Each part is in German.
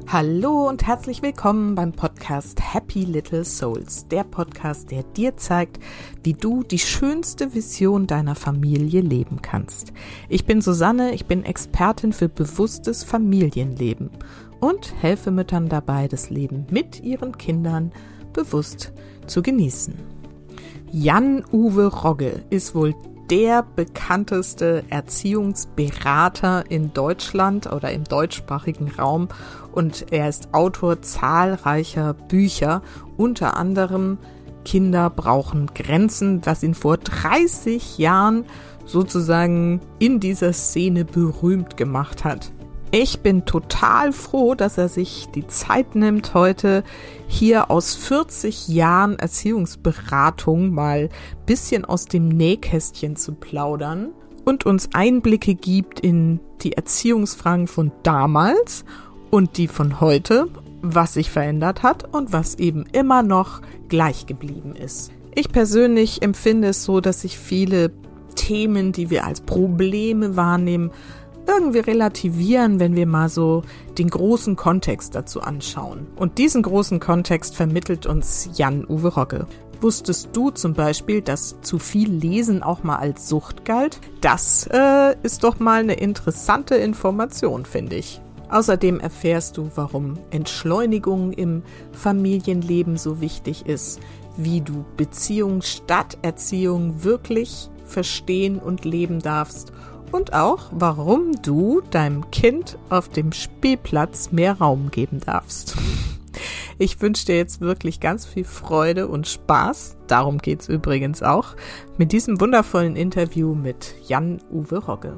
Hallo und herzlich willkommen beim Podcast Happy Little Souls, der Podcast, der dir zeigt, wie du die schönste Vision deiner Familie leben kannst. Ich bin Susanne, ich bin Expertin für bewusstes Familienleben und helfe Müttern dabei, das Leben mit ihren Kindern bewusst zu genießen. Jan-Uwe Rogge ist wohl der bekannteste Erziehungsberater in Deutschland oder im deutschsprachigen Raum und er ist Autor zahlreicher Bücher, unter anderem Kinder brauchen Grenzen, was ihn vor 30 Jahren sozusagen in dieser Szene berühmt gemacht hat. Ich bin total froh, dass er sich die Zeit nimmt, heute hier aus 40 Jahren Erziehungsberatung mal ein bisschen aus dem Nähkästchen zu plaudern und uns Einblicke gibt in die Erziehungsfragen von damals und die von heute, was sich verändert hat und was eben immer noch gleich geblieben ist. Ich persönlich empfinde es so, dass sich viele Themen, die wir als Probleme wahrnehmen, irgendwie relativieren, wenn wir mal so den großen Kontext dazu anschauen. Und diesen großen Kontext vermittelt uns Jan-Uwe Rogge. Wusstest du zum Beispiel, dass zu viel Lesen auch mal als Sucht galt? Das ist doch mal eine interessante Information, finde ich. Außerdem erfährst du, warum Entschleunigung im Familienleben so wichtig ist, wie du Beziehung statt Erziehung wirklich verstehen und leben darfst und auch, warum du deinem Kind auf dem Spielplatz mehr Raum geben darfst. Ich wünsche dir jetzt wirklich ganz viel Freude und Spaß, darum geht's übrigens auch, mit diesem wundervollen Interview mit Jan-Uwe Rogge.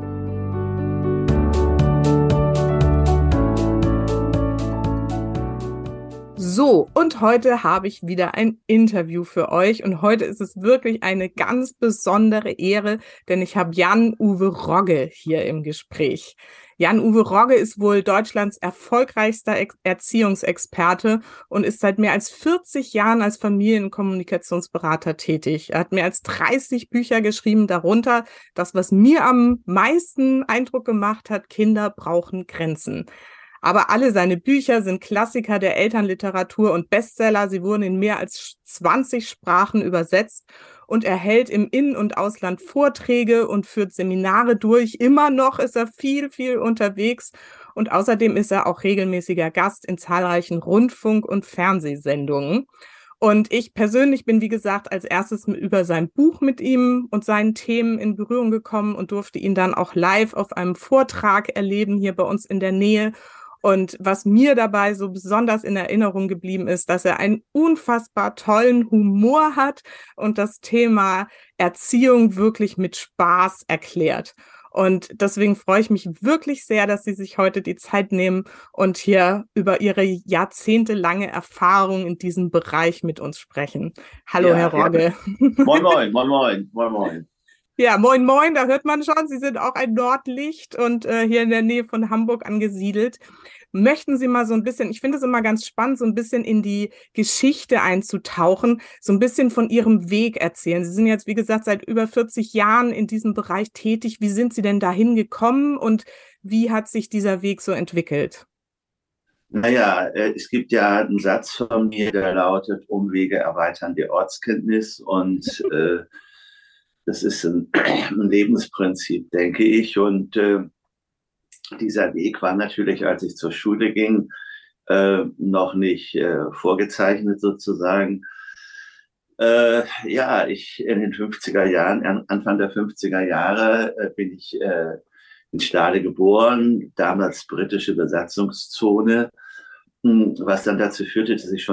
So, und heute habe ich wieder ein Interview für euch und heute ist es wirklich eine ganz besondere Ehre, denn ich habe Jan-Uwe Rogge hier im Gespräch. Jan-Uwe Rogge ist wohl Deutschlands erfolgreichster Erziehungsexperte und ist seit mehr als 40 Jahren als Familien- und Kommunikationsberater tätig. Er hat mehr als 30 Bücher geschrieben, darunter das, was mir am meisten Eindruck gemacht hat, Kinder brauchen Grenzen. Aber alle seine Bücher sind Klassiker der Elternliteratur und Bestseller. Sie wurden in mehr als 20 Sprachen übersetzt und er hält im In- und Ausland Vorträge und führt Seminare durch. Immer noch ist er viel, viel unterwegs und außerdem ist er auch regelmäßiger Gast in zahlreichen Rundfunk- und Fernsehsendungen. Und ich persönlich bin, wie gesagt, als erstes über sein Buch mit ihm und seinen Themen in Berührung gekommen und durfte ihn dann auch live auf einem Vortrag erleben, hier bei uns in der Nähe. Und was mir dabei so besonders in Erinnerung geblieben ist, dass er einen unfassbar tollen Humor hat und das Thema Erziehung wirklich mit Spaß erklärt. Und deswegen freue ich mich wirklich sehr, dass Sie sich heute die Zeit nehmen und hier über Ihre jahrzehntelange Erfahrung in diesem Bereich mit uns sprechen. Hallo, Herr Rogge. Moin, moin, moin, moin, moin, moin. Ja, moin, moin, da hört man schon, Sie sind auch ein Nordlicht und hier in der Nähe von Hamburg angesiedelt. Möchten Sie mal so ein bisschen, ich finde es immer ganz spannend, so ein bisschen in die Geschichte einzutauchen, so ein bisschen von Ihrem Weg erzählen. Sie sind jetzt, wie gesagt, seit über 40 Jahren in diesem Bereich tätig. Wie sind Sie denn dahin gekommen und wie hat sich dieser Weg so entwickelt? Naja, es gibt ja einen Satz von mir, der lautet, Umwege erweitern die Ortskenntnis und das ist ein Lebensprinzip, denke ich. Und dieser Weg war natürlich, als ich zur Schule ging, noch nicht vorgezeichnet sozusagen. Ja, ich in den 50er Jahren, Anfang der 50er Jahre, bin ich in Stade geboren, damals britische Besatzungszone, was dann dazu führte, dass ich schon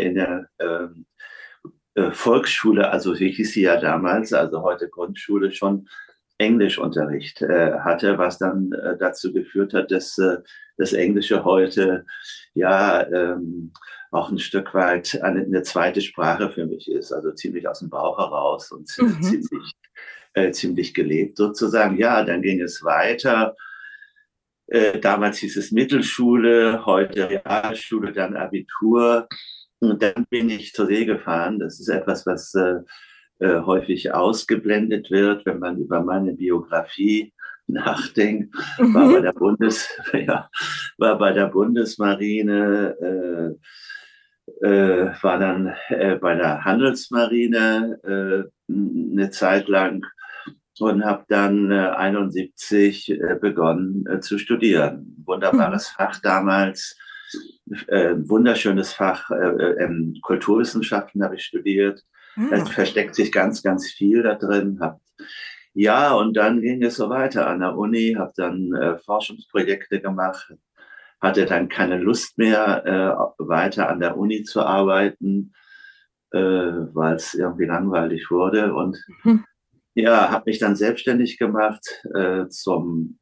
in der Volksschule, also wie hieß sie ja damals, also heute Grundschule, schon Englischunterricht hatte, was dann dazu geführt hat, dass das Englische heute ja auch ein Stück weit eine zweite Sprache für mich ist, also ziemlich aus dem Bauch heraus und Mhm. ziemlich gelebt sozusagen. Ja, dann ging es weiter. Damals hieß es Mittelschule, heute Realschule, dann Abitur. Und dann bin ich zur See gefahren. Das ist etwas, was häufig ausgeblendet wird, wenn man über meine Biografie nachdenke. War bei Mhm. der ja, war bei der Bundesmarine, war dann bei der Handelsmarine eine Zeit lang und habe dann 71 begonnen zu studieren. Mhm. Wunderbares Fach damals, wunderschönes Fach, Kulturwissenschaften habe ich studiert. Es Ah. versteckt sich ganz, ganz viel da drin. Ja, und dann ging es so weiter an der Uni, habe dann Forschungsprojekte gemacht, hatte dann keine Lust mehr, weiter an der Uni zu arbeiten, weil es irgendwie langweilig wurde. Und Mhm. ja, habe mich dann selbstständig gemacht zum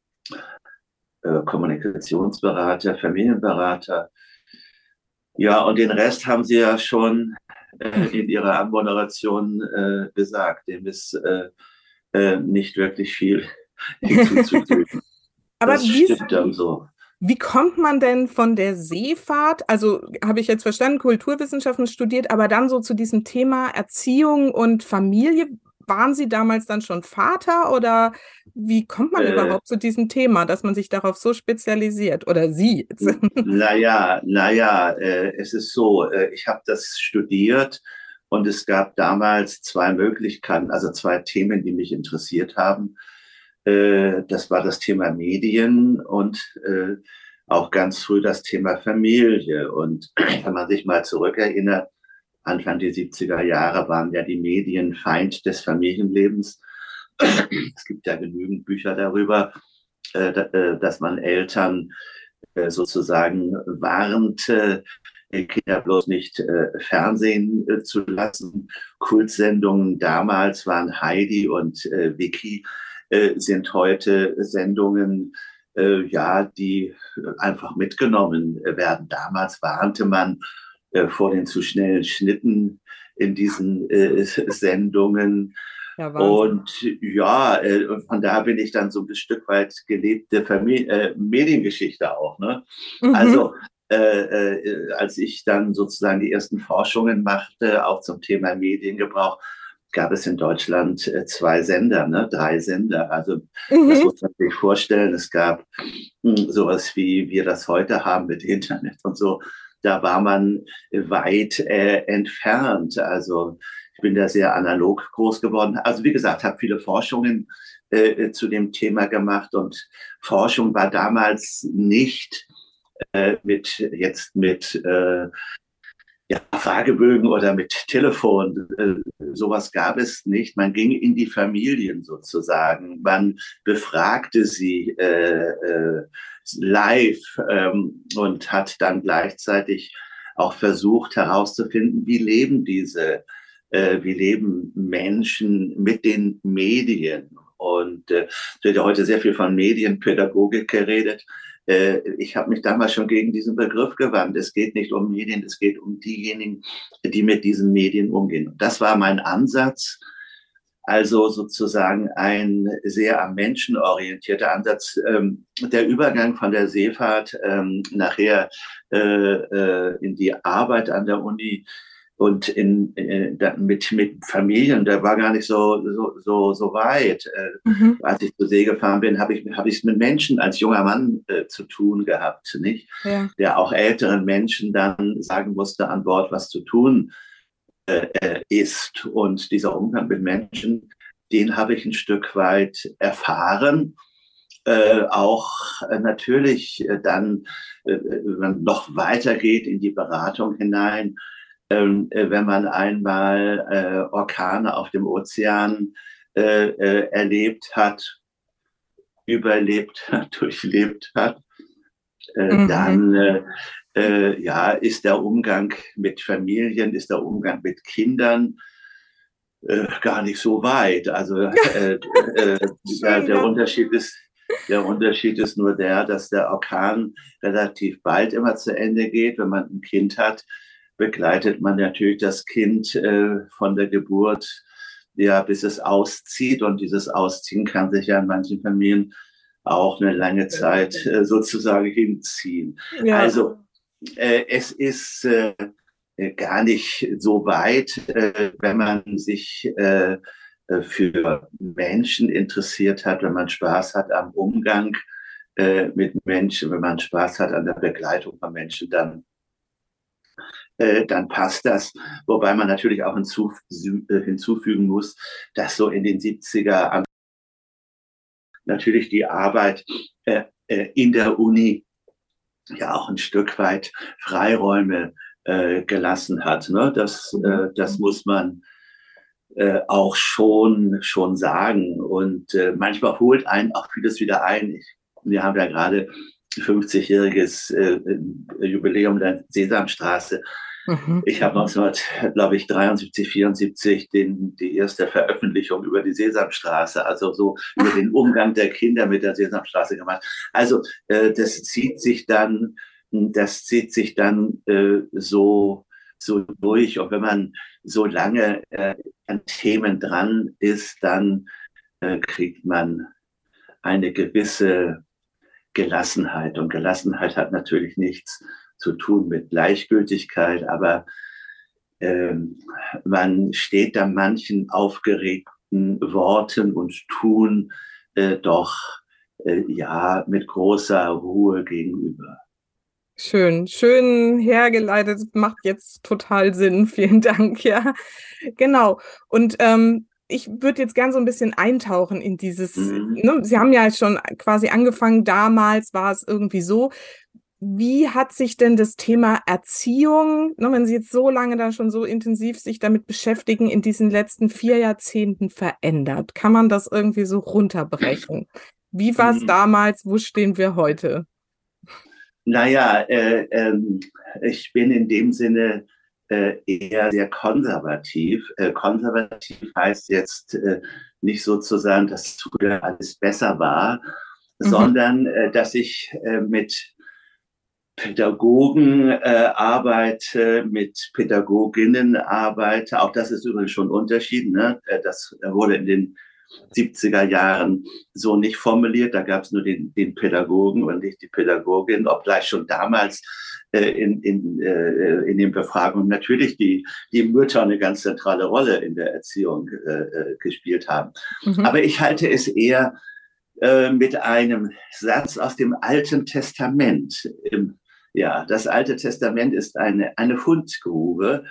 Kommunikationsberater, Familienberater. Ja, und den Rest haben Sie ja schon in Ihrer Anmoderation gesagt. Dem ist nicht wirklich viel hinzuzufügen. Aber Das stimmt dann so. wie kommt man denn von der Seefahrt, also habe ich jetzt verstanden, Kulturwissenschaften studiert, aber dann so zu diesem Thema Erziehung und Familie? Waren Sie damals dann schon Vater oder wie kommt man Äh, überhaupt zu diesem Thema, dass man sich darauf so spezialisiert oder Sie jetzt? Es ist so, ich habe das studiert und es gab damals zwei Möglichkeiten, also zwei Themen, die mich interessiert haben. Das war das Thema Medien und auch ganz früh das Thema Familie. Und wenn man sich mal zurückerinnert, Anfang der 70er Jahre waren ja die Medien Feind des Familienlebens. Es gibt ja genügend Bücher darüber, dass man Eltern sozusagen warnte, Kinder bloß nicht Fernsehen zu lassen. Kultsendungen damals waren Heidi und Vicky, sind heute Sendungen, ja, die einfach mitgenommen werden. Damals warnte man vor den zu schnellen Schnitten in diesen Sendungen. Ja, Wahnsinn. Und ja, von da bin ich dann so ein Stück weit gelebte Mediengeschichte auch. Ne? Mhm. Also als ich dann sozusagen die ersten Forschungen machte, auch zum Thema Mediengebrauch, gab es in Deutschland zwei Sender, ne? Drei Sender. Also das Mhm. muss man sich vorstellen. Es gab sowas wie wir das heute haben mit Internet und so. Da war man weit entfernt. Also ich bin da sehr analog groß geworden. Also wie gesagt, habe viele Forschungen zu dem Thema gemacht und Forschung war damals nicht mit ja, Fragebögen oder mit Telefon. Sowas gab es nicht. Man ging in die Familien sozusagen. Man befragte sie live und hat dann gleichzeitig auch versucht herauszufinden, wie leben Menschen mit den Medien. Und es wird ja heute sehr viel von Medienpädagogik geredet. Ich habe mich damals schon gegen diesen Begriff gewandt. Es geht nicht um Medien, es geht um diejenigen, die mit diesen Medien umgehen. Und das war mein Ansatz. Also sozusagen ein sehr am Menschen orientierter Ansatz. Der Übergang von der Seefahrt nachher in die Arbeit an der Uni und mit Familien, der war gar nicht so weit. Mhm. Als ich zur See gefahren bin, hab ich mit Menschen als junger Mann zu tun gehabt, nicht? Ja. Der auch älteren Menschen dann sagen musste an Bord, was zu tun ist. Und dieser Umgang mit Menschen, den habe ich ein Stück weit erfahren. Auch natürlich wenn man noch weiter geht in die Beratung hinein, wenn man einmal Orkane auf dem Ozean erlebt hat, überlebt hat, durchlebt hat, Mhm. dann ja, ist der Umgang mit Familien, ist der Umgang mit Kindern gar nicht so weit. Also Schön, der ja. der Unterschied ist nur der, dass der Orkan relativ bald immer zu Ende geht. Wenn man ein Kind hat, begleitet man natürlich das Kind von der Geburt ja, bis es auszieht. Und dieses Ausziehen kann sich ja in manchen Familien auch eine lange Zeit sozusagen hinziehen. Ja. Also es ist gar nicht so weit, wenn man sich für Menschen interessiert hat, wenn man Spaß hat am Umgang mit Menschen, wenn man Spaß hat an der Begleitung von Menschen, dann passt das. Wobei man natürlich auch hinzufügen muss, dass so in den 70er natürlich die Arbeit in der Uni ja auch ein Stück weit Freiräume gelassen hat. Ne? Das muss man auch schon sagen. Und manchmal holt einen auch vieles wieder ein. Wir haben ja gerade 50-jähriges Jubiläum der Sesamstraße. Ich habe 1973, 74 die erste Veröffentlichung über die Sesamstraße, also so über den Umgang der Kinder mit der Sesamstraße gemacht. Also das zieht sich dann so durch. Und wenn man so lange an Themen dran ist, dann kriegt man eine gewisse Gelassenheit. Und Gelassenheit hat natürlich nichts zu tun mit Gleichgültigkeit, aber man steht da manchen aufgeregten Worten und Tun ja mit großer Ruhe gegenüber. Schön hergeleitet, macht jetzt total Sinn. Vielen Dank, ja. Genau. Und ich würde jetzt gern so ein bisschen eintauchen in dieses, ne? Sie haben ja schon quasi angefangen, damals war es irgendwie so. Wie hat sich denn das Thema Erziehung, ne, wenn Sie jetzt so lange da schon so intensiv sich damit beschäftigen, in diesen letzten 4 Jahrzehnten verändert? Kann man das irgendwie so runterbrechen? Wie war es damals? Wo stehen wir heute? Naja, ich bin in dem Sinne eher sehr konservativ. Konservativ heißt jetzt nicht sozusagen, dass früher alles besser war, sondern dass ich mit Pädagogen arbeite, mit Pädagoginnen arbeite. Auch das ist übrigens schon ein Unterschied. Ne? Das wurde in den 70er Jahren so nicht formuliert. Da gab es nur den Pädagogen und nicht die Pädagogin, obgleich schon damals in den Befragungen natürlich die Mütter eine ganz zentrale Rolle in der Erziehung gespielt haben. Aber ich halte es eher mit einem Satz aus dem Alten Testament. Das Alte Testament ist eine Fundgrube.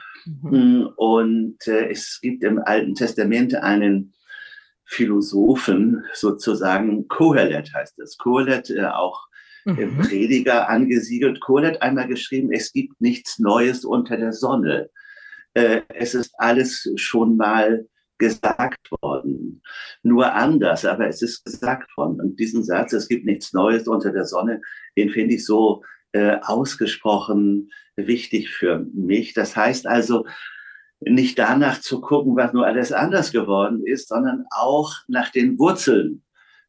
Und es gibt im Alten Testament einen Philosophen, sozusagen Kohelet heißt es. Kohelet, auch im Prediger angesiedelt. Kohelet einmal geschrieben, es gibt nichts Neues unter der Sonne. Es ist alles schon mal gesagt worden. Nur anders, aber es ist gesagt worden. Und diesen Satz, es gibt nichts Neues unter der Sonne, den finde ich so ausgesprochen wichtig für mich. Das heißt also, nicht danach zu gucken, was nur alles anders geworden ist, sondern auch nach den Wurzeln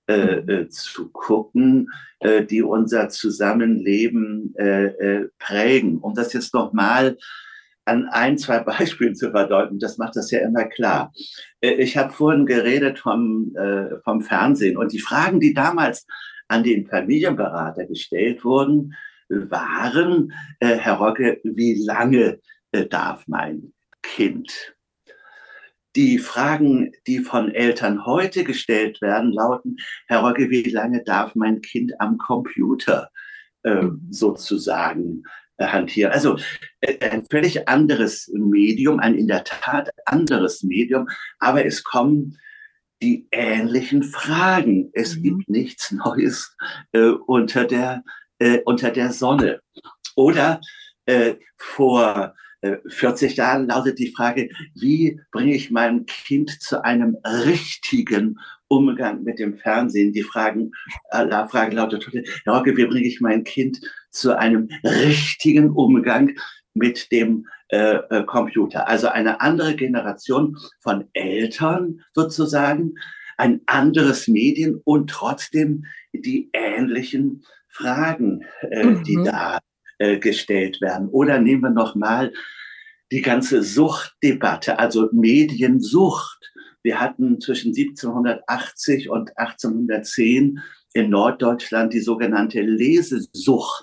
zu gucken, die unser Zusammenleben prägen. Um das jetzt nochmal an 1, 2 Beispielen zu verdeutlichen, das macht das ja immer klar. Ich habe vorhin geredet vom Fernsehen und die Fragen, die damals an den Familienberater gestellt wurden, waren, Herr Rogge, wie lange darf mein Kind? Die Fragen, die von Eltern heute gestellt werden, lauten, Herr Rogge, wie lange darf mein Kind am Computer sozusagen hantieren? Also ein völlig anderes Medium, ein in der Tat anderes Medium, aber es kommen die ähnlichen Fragen. Es gibt nichts Neues unter der Sonne. Oder vor 40 Jahren lautet die Frage, wie bringe ich mein Kind zu einem richtigen Umgang mit dem Fernsehen? Die Frage lautet, Herr Rogge, wie bringe ich mein Kind zu einem richtigen Umgang mit dem Computer? Also eine andere Generation von Eltern sozusagen, ein anderes Medien und trotzdem die ähnlichen Fragen, die da gestellt werden. Oder nehmen wir nochmal die ganze Suchtdebatte, also Mediensucht. Wir hatten zwischen 1780 und 1810 in Norddeutschland die sogenannte Lesesucht.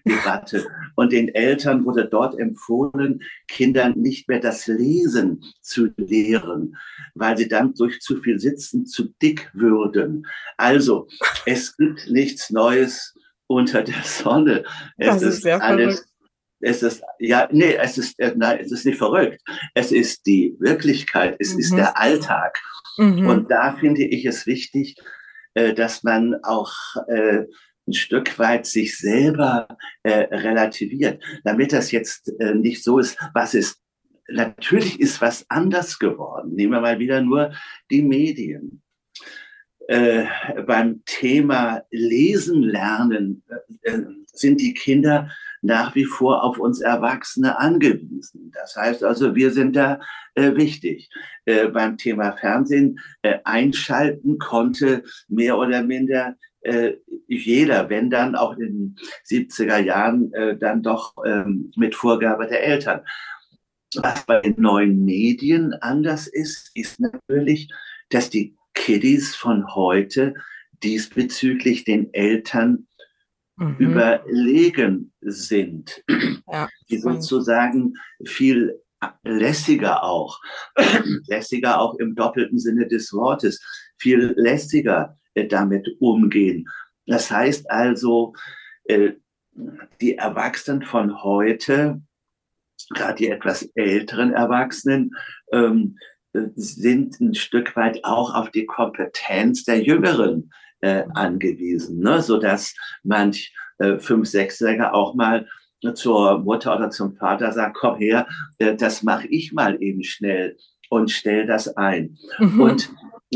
Debatte. Und den Eltern wurde dort empfohlen, Kindern nicht mehr das Lesen zu lehren, weil sie dann durch zu viel Sitzen zu dick würden. Also, es gibt nichts Neues unter der Sonne. Es Das ist ist sehr verrückt. alles, es ist, ja, nee, nein, es ist nicht verrückt. Es ist die Wirklichkeit, es ist der Alltag. Mhm. Und da finde ich es wichtig, dass man auch ein Stück weit sich selber relativiert, damit das jetzt nicht so ist, was ist. Natürlich ist was anders geworden. Nehmen wir mal wieder nur die Medien. Äh, Beim Thema Lesen lernen sind die Kinder nach wie vor auf uns Erwachsene angewiesen. Das heißt also, wir sind da wichtig. Beim Thema Fernsehen einschalten konnte mehr oder minder jeder, wenn dann auch in den 70er Jahren dann doch mit Vorgabe der Eltern. Was bei den neuen Medien anders ist, ist natürlich, dass die Kiddies von heute diesbezüglich den Eltern überlegen sind, Ja, die spannend. sozusagen viel lässiger auch, lässiger auch im doppelten Sinne des Wortes, viel lässiger damit umgehen. Das heißt also, die Erwachsenen von heute, gerade die etwas älteren Erwachsenen, sind ein Stück weit auch auf die Kompetenz der Jüngeren angewiesen, ne? Sodass manch 5-, 6-Jähriger auch mal zur Mutter oder zum Vater sagt, komm her, das mache ich mal eben schnell und stell das ein. Und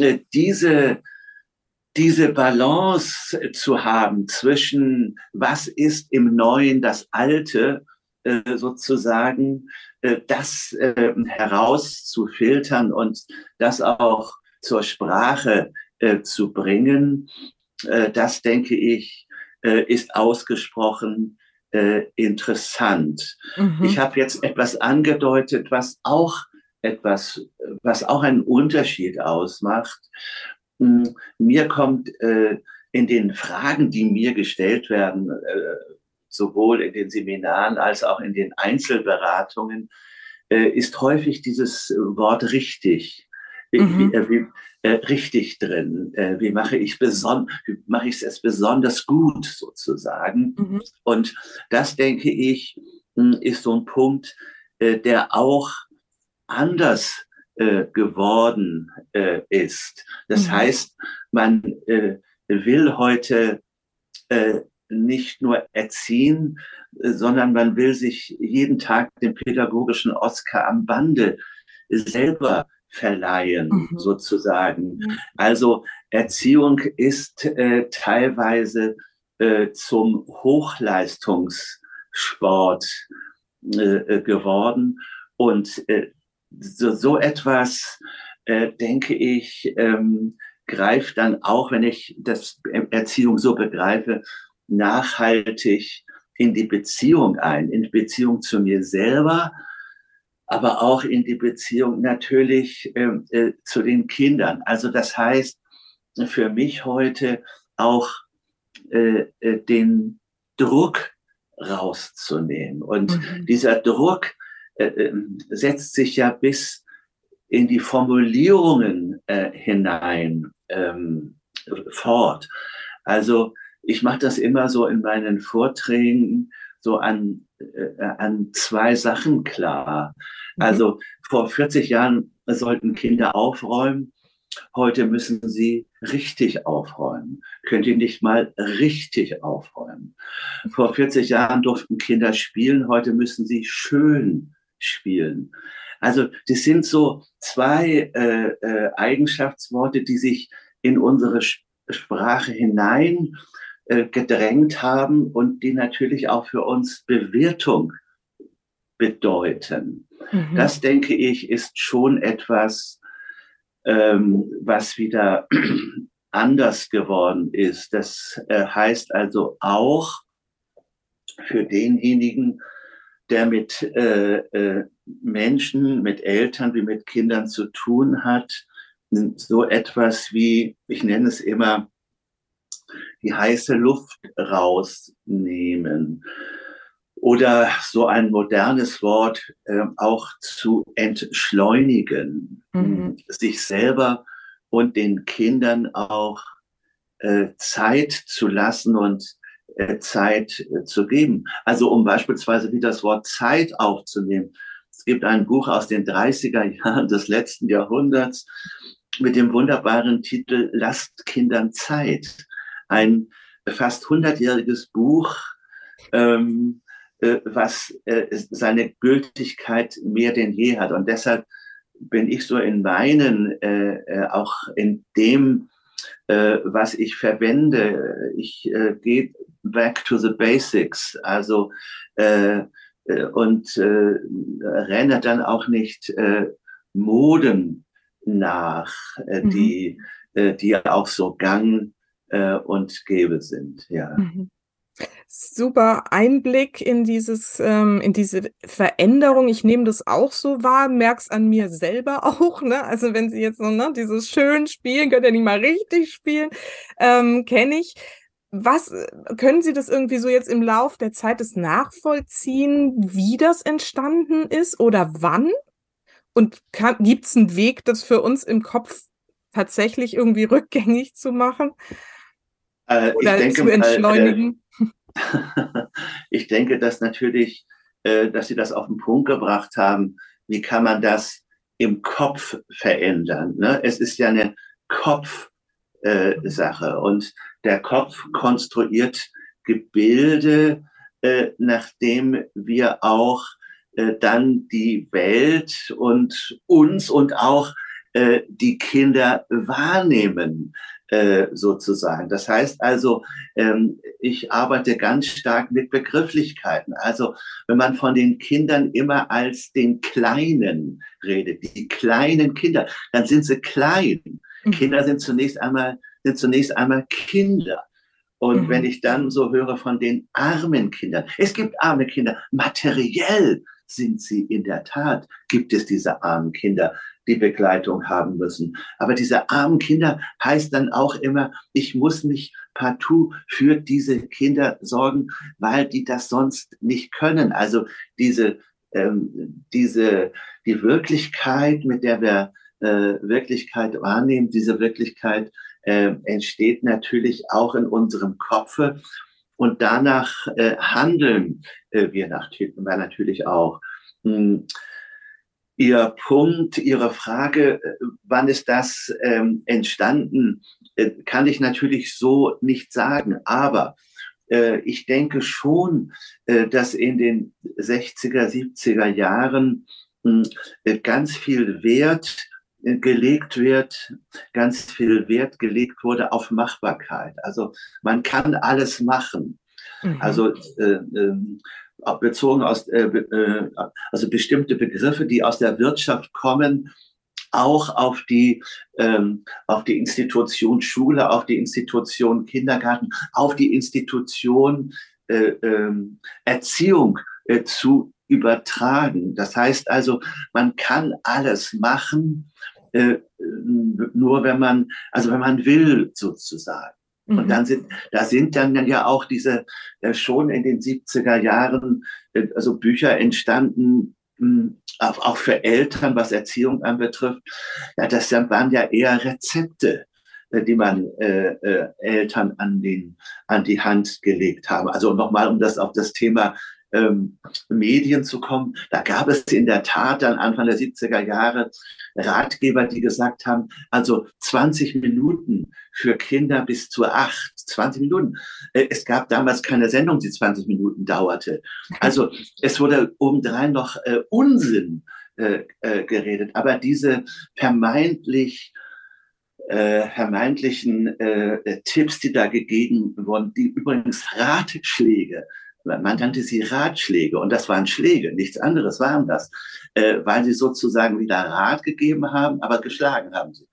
diese Balance zu haben zwischen, was ist im Neuen das Alte, sozusagen, das herauszufiltern und das auch zur Sprache zu bringen, das denke ich, ist ausgesprochen interessant. Ich habe jetzt etwas angedeutet, was auch einen Unterschied ausmacht. Mir kommt in den Fragen, die mir gestellt werden, sowohl in den Seminaren als auch in den Einzelberatungen, ist häufig dieses Wort richtig. Richtig drin. Wie mache ich es besonders gut sozusagen? Und das, denke ich, ist so ein Punkt, der auch anders geworden ist. Das heißt, man will heute nicht nur erziehen, sondern man will sich jeden Tag den pädagogischen Oscar am Bande selber verleihen, sozusagen. Also Erziehung ist teilweise zum Hochleistungssport geworden. Und so etwas, denke ich, greift dann auch, wenn ich das Erziehung so begreife, nachhaltig in die Beziehung ein, in die Beziehung zu mir selber, aber auch in die Beziehung natürlich zu den Kindern. Also das heißt für mich heute auch den Druck rauszunehmen. Und dieser Druck setzt sich ja bis in die Formulierungen hinein fort. Also ich mache das immer so in meinen Vorträgen so an 2 Sachen klar. Also vor 40 Jahren sollten Kinder aufräumen. Heute müssen sie richtig aufräumen. Könnt ihr nicht mal richtig aufräumen? Vor 40 Jahren durften Kinder spielen. Heute müssen sie schön spielen. Also das sind so 2 Eigenschaftsworte, die sich in unsere Sprache hinein gedrängt haben und die natürlich auch für uns Bewertung bedeuten. Das, denke ich, ist schon etwas, was wieder anders geworden ist. Das heißt also auch für denjenigen, der mit Menschen, mit Eltern wie mit Kindern zu tun hat, so etwas wie, ich nenne es immer, die heiße Luft rausnehmen. Oder so ein modernes Wort, auch zu entschleunigen, sich selber und den Kindern auch Zeit zu lassen und Zeit zu geben. Also um beispielsweise wieder das Wort Zeit aufzunehmen. Es gibt ein Buch aus den 30er Jahren des letzten Jahrhunderts mit dem wunderbaren Titel Lasst Kindern Zeit. Ein fast 100-jähriges Buch, was seine Gültigkeit mehr denn je hat. Und deshalb bin ich so in meinen, auch in dem, was ich verwende, ich gehe back to the basics, also und renne dann auch nicht Moden nach, die ja auch so gang und gäbe sind, ja. Super Einblick in in diese Veränderung. Ich nehme das auch so wahr, merk's an mir selber auch, ne? Also wenn Sie jetzt so, ne, dieses schön spielen, könnt ihr nicht mal richtig spielen, kenne ich. Was, können Sie das irgendwie so jetzt im Lauf der Zeit das nachvollziehen, wie das entstanden ist oder wann? Und gibt's einen Weg, das für uns im Kopf tatsächlich irgendwie rückgängig zu machen Ich oder denke zu mal, entschleunigen? ich denke, dass natürlich, dass Sie das auf den Punkt gebracht haben. Wie kann man das im Kopf verändern? Ne? Es ist ja eine Kopfsache und der Kopf konstruiert Gebilde, nachdem wir auch dann die Welt und uns und auch die Kinder wahrnehmen, sozusagen. Das heißt also, ich arbeite ganz stark mit Begrifflichkeiten. Also wenn man von den Kindern immer als den Kleinen redet, die kleinen Kinder, dann sind sie klein. Kinder sind zunächst einmal Kinder. Und wenn ich dann so höre von den armen Kindern, es gibt arme Kinder, materiell sind sie in der Tat, gibt es diese armen Kinder, die Begleitung haben müssen. Aber diese armen Kinder heißt dann auch immer, ich muss mich partout für diese Kinder sorgen, weil die das sonst nicht können. Also die Wirklichkeit, mit der wir Wirklichkeit wahrnehmen, diese Wirklichkeit entsteht natürlich auch in unserem Kopfe und danach handeln wir natürlich auch. Ihr Punkt, Ihre Frage, wann ist das entstanden, kann ich natürlich so nicht sagen. Aber ich denke schon, dass in den 60er, 70er Jahren ganz viel Wert gelegt wird, ganz viel Wert gelegt wurde auf Machbarkeit. Also man kann alles machen. Also bezogen aus also bestimmte Begriffe, die aus der Wirtschaft kommen, auch auf die Institution Schule, auf die Institution Kindergarten, auf die Institution Erziehung zu übertragen. Das heißt also, man kann alles machen, nur wenn man will, sozusagen. Und da sind dann ja auch diese schon in den 70er Jahren also Bücher entstanden, auch für Eltern, was Erziehung anbetrifft. Ja, das waren ja eher Rezepte, die man Eltern an die Hand gelegt haben. Also nochmal, um das auf das Thema Medien zu kommen. Da gab es in der Tat dann Anfang der 70er Jahre Ratgeber, die gesagt haben, also 20 Minuten für Kinder bis zu 8, 20 Minuten. Es gab damals keine Sendung, die 20 Minuten dauerte. Also es wurde obendrein noch Unsinn geredet. Aber diese vermeintlichen Tipps, die da gegeben wurden, die übrigens Ratschläge, man nannte sie Ratschläge und das waren Schläge, nichts anderes waren das, weil sie sozusagen wieder Rat gegeben haben, aber geschlagen haben sie.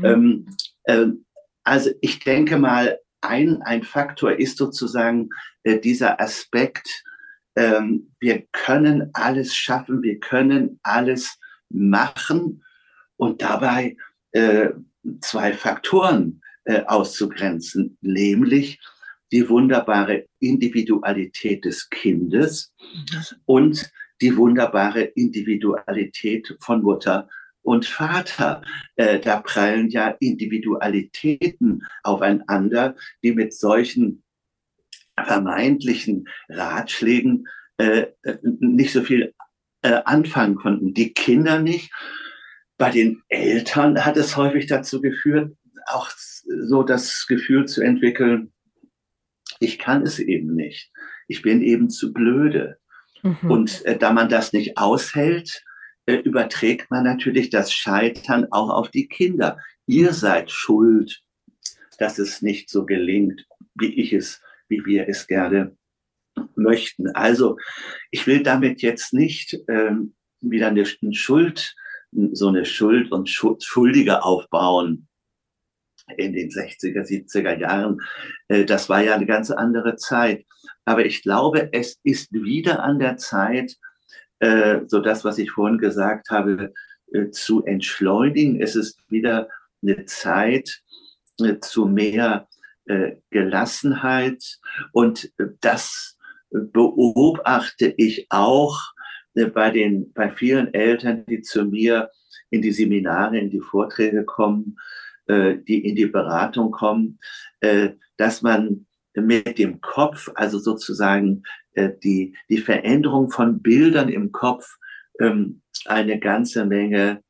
Also ich denke mal, ein Faktor ist sozusagen dieser Aspekt, wir können alles schaffen, wir können alles machen und dabei zwei Faktoren auszugrenzen, nämlich die wunderbare Individualität des Kindes und die wunderbare Individualität von Mutter und Vater. Da prallen ja Individualitäten aufeinander, die mit solchen vermeintlichen Ratschlägen nicht so viel anfangen konnten. Die Kinder nicht. Bei den Eltern hat es häufig dazu geführt, auch so das Gefühl zu entwickeln, ich kann es eben nicht. Ich bin eben zu blöde. Und da man das nicht aushält, überträgt man natürlich das Scheitern auch auf die Kinder. Ihr seid schuld, dass es nicht so gelingt, wie wir es gerne möchten. Also ich will damit jetzt nicht wieder eine Schuld und Schuldige aufbauen in den 60er, 70er Jahren. Das war ja eine ganz andere Zeit. Aber ich glaube, es ist wieder an der Zeit, so das, was ich vorhin gesagt habe, zu entschleunigen. Es ist wieder eine Zeit zu mehr Gelassenheit. Und das beobachte ich auch bei vielen Eltern, die zu mir in die Seminare, in die Vorträge kommen, die in die Beratung kommen, dass man mit dem Kopf, also sozusagen die Veränderung von Bildern im Kopf eine ganze Menge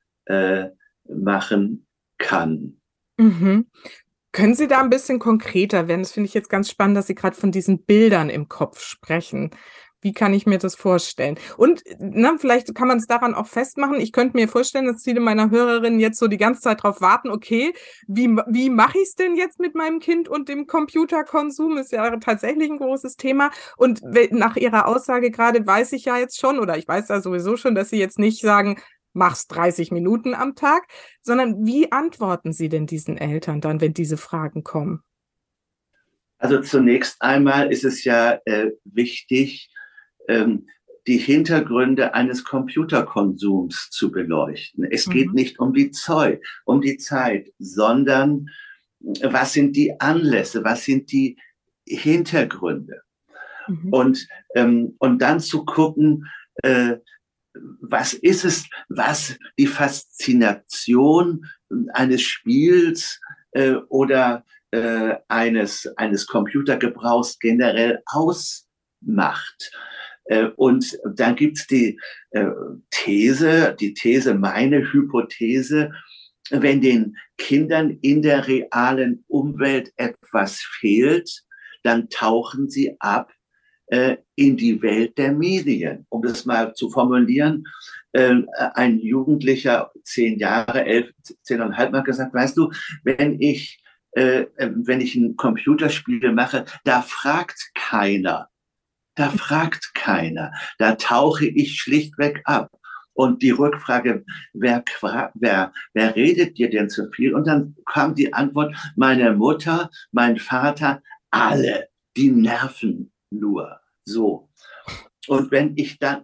machen kann. Mhm. Können Sie da ein bisschen konkreter werden? Das finde ich jetzt ganz spannend, dass Sie gerade von diesen Bildern im Kopf sprechen. Wie kann ich mir das vorstellen? Und vielleicht kann man es daran auch festmachen. Ich könnte mir vorstellen, dass viele meiner Hörerinnen jetzt so die ganze Zeit darauf warten, okay, wie mache ich es denn jetzt mit meinem Kind und dem Computerkonsum? Ist ja tatsächlich ein großes Thema. Und nach Ihrer Aussage gerade weiß ich ja jetzt schon, oder ich weiß ja sowieso schon, dass Sie jetzt nicht sagen, mach's 30 Minuten am Tag, sondern wie antworten Sie denn diesen Eltern dann, wenn diese Fragen kommen? Also zunächst einmal ist es ja wichtig, die Hintergründe eines Computerkonsums zu beleuchten. Es geht nicht um die Zeit, sondern was sind die Anlässe, was sind die Hintergründe? Und dann zu gucken, was ist es, was die Faszination eines Spiels oder eines Computergebrauchs generell ausmacht. Und dann gibt's die These, meine Hypothese, wenn den Kindern in der realen Umwelt etwas fehlt, dann tauchen sie ab in die Welt der Medien. Um das mal zu formulieren, ein Jugendlicher, 10 Jahre, 11, 10,5 mal gesagt, weißt du, wenn ich ein Computerspiel mache, da fragt keiner. Da tauche ich schlichtweg ab. Und die Rückfrage, wer redet dir denn zu viel? Und dann kam die Antwort, meine Mutter, mein Vater, alle, die nerven nur. So. Und wenn ich dann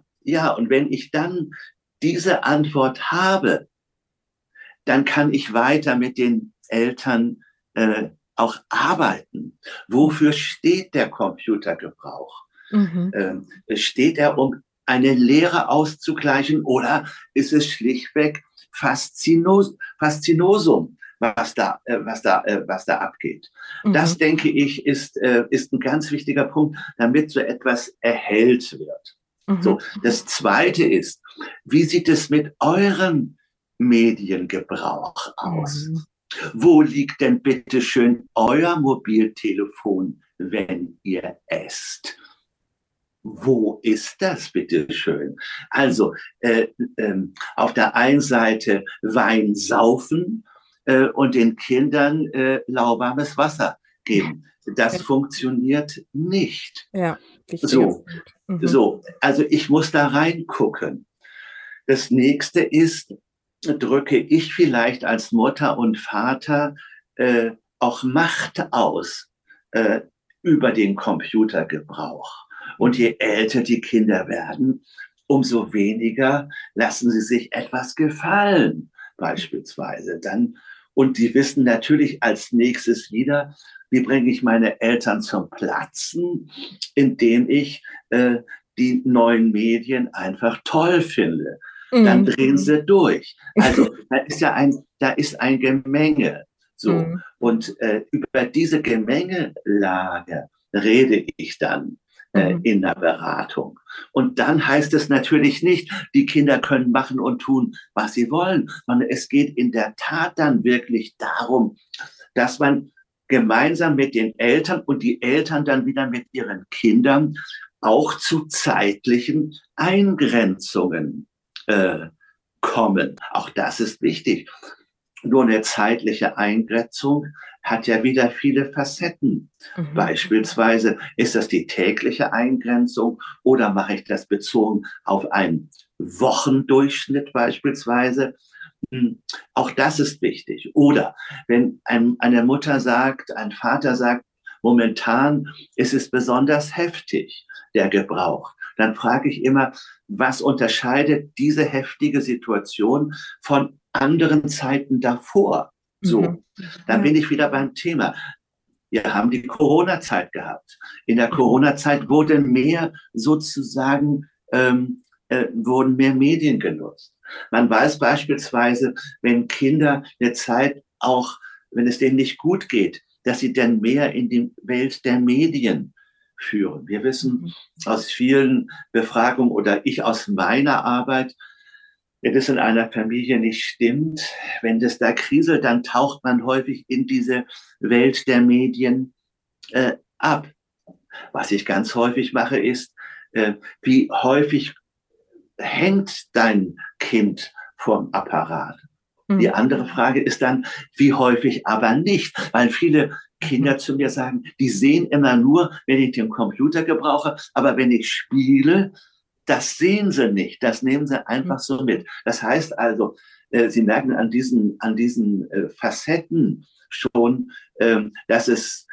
diese Antwort habe, dann kann ich weiter mit den Eltern auch arbeiten. Wofür steht der Computergebrauch? Steht er, um eine Lehre auszugleichen, oder ist es schlichtweg Faszinosum, was da abgeht? Das, denke ich, ist ein ganz wichtiger Punkt, damit so etwas erhellt wird. So, das Zweite ist, wie sieht es mit eurem Mediengebrauch aus? Wo liegt denn bitte schön euer Mobiltelefon, wenn ihr esst? Wo ist das, bitteschön? Also auf der einen Seite Wein saufen und den Kindern lauwarmes Wasser geben. Das funktioniert nicht. Ja, so, also ich muss da reingucken. Das nächste ist, drücke ich vielleicht als Mutter und Vater auch Macht aus über den Computergebrauch. Und je älter die Kinder werden, umso weniger lassen sie sich etwas gefallen, beispielsweise. Dann Und die wissen natürlich als nächstes wieder, wie bringe ich meine Eltern zum Platzen, indem ich die neuen Medien einfach toll finde. Dann drehen sie durch. Also da ist ein Gemenge. So. Und über diese Gemengelage rede ich dann in der Beratung. Und dann heißt es natürlich nicht, die Kinder können machen und tun, was sie wollen, sondern es geht in der Tat dann wirklich darum, dass man gemeinsam mit den Eltern und die Eltern dann wieder mit ihren Kindern auch zu zeitlichen Eingrenzungen kommen. Auch das ist wichtig. Nur eine zeitliche Eingrenzung hat ja wieder viele Facetten. Beispielsweise ist das die tägliche Eingrenzung oder mache ich das bezogen auf einen Wochendurchschnitt beispielsweise. Auch das ist wichtig. Oder wenn eine Mutter sagt, ein Vater sagt, momentan ist es besonders heftig, der Gebrauch, dann frage ich immer, was unterscheidet diese heftige Situation von anderen Zeiten davor? So, dann bin ich wieder beim Thema. Wir haben die Corona-Zeit gehabt. In der Corona-Zeit wurden mehr sozusagen, wurden mehr Medien genutzt. Man weiß beispielsweise, wenn Kinder eine Zeit auch, wenn es denen nicht gut geht, dass sie dann mehr in die Welt der Medien führen. Wir wissen aus vielen Befragungen oder ich aus meiner Arbeit, wenn es in einer Familie nicht stimmt, wenn das da kriselt, dann taucht man häufig in diese Welt der Medien ab. Was ich ganz häufig mache, ist, wie häufig hängt dein Kind vom Apparat? Die andere Frage ist dann, wie häufig aber nicht? Weil viele Kinder zu mir sagen, die sehen immer nur, wenn ich den Computer gebrauche, aber wenn ich spiele, das sehen sie nicht, das nehmen sie einfach so mit. Das heißt also, sie merken an diesen Facetten schon, dass es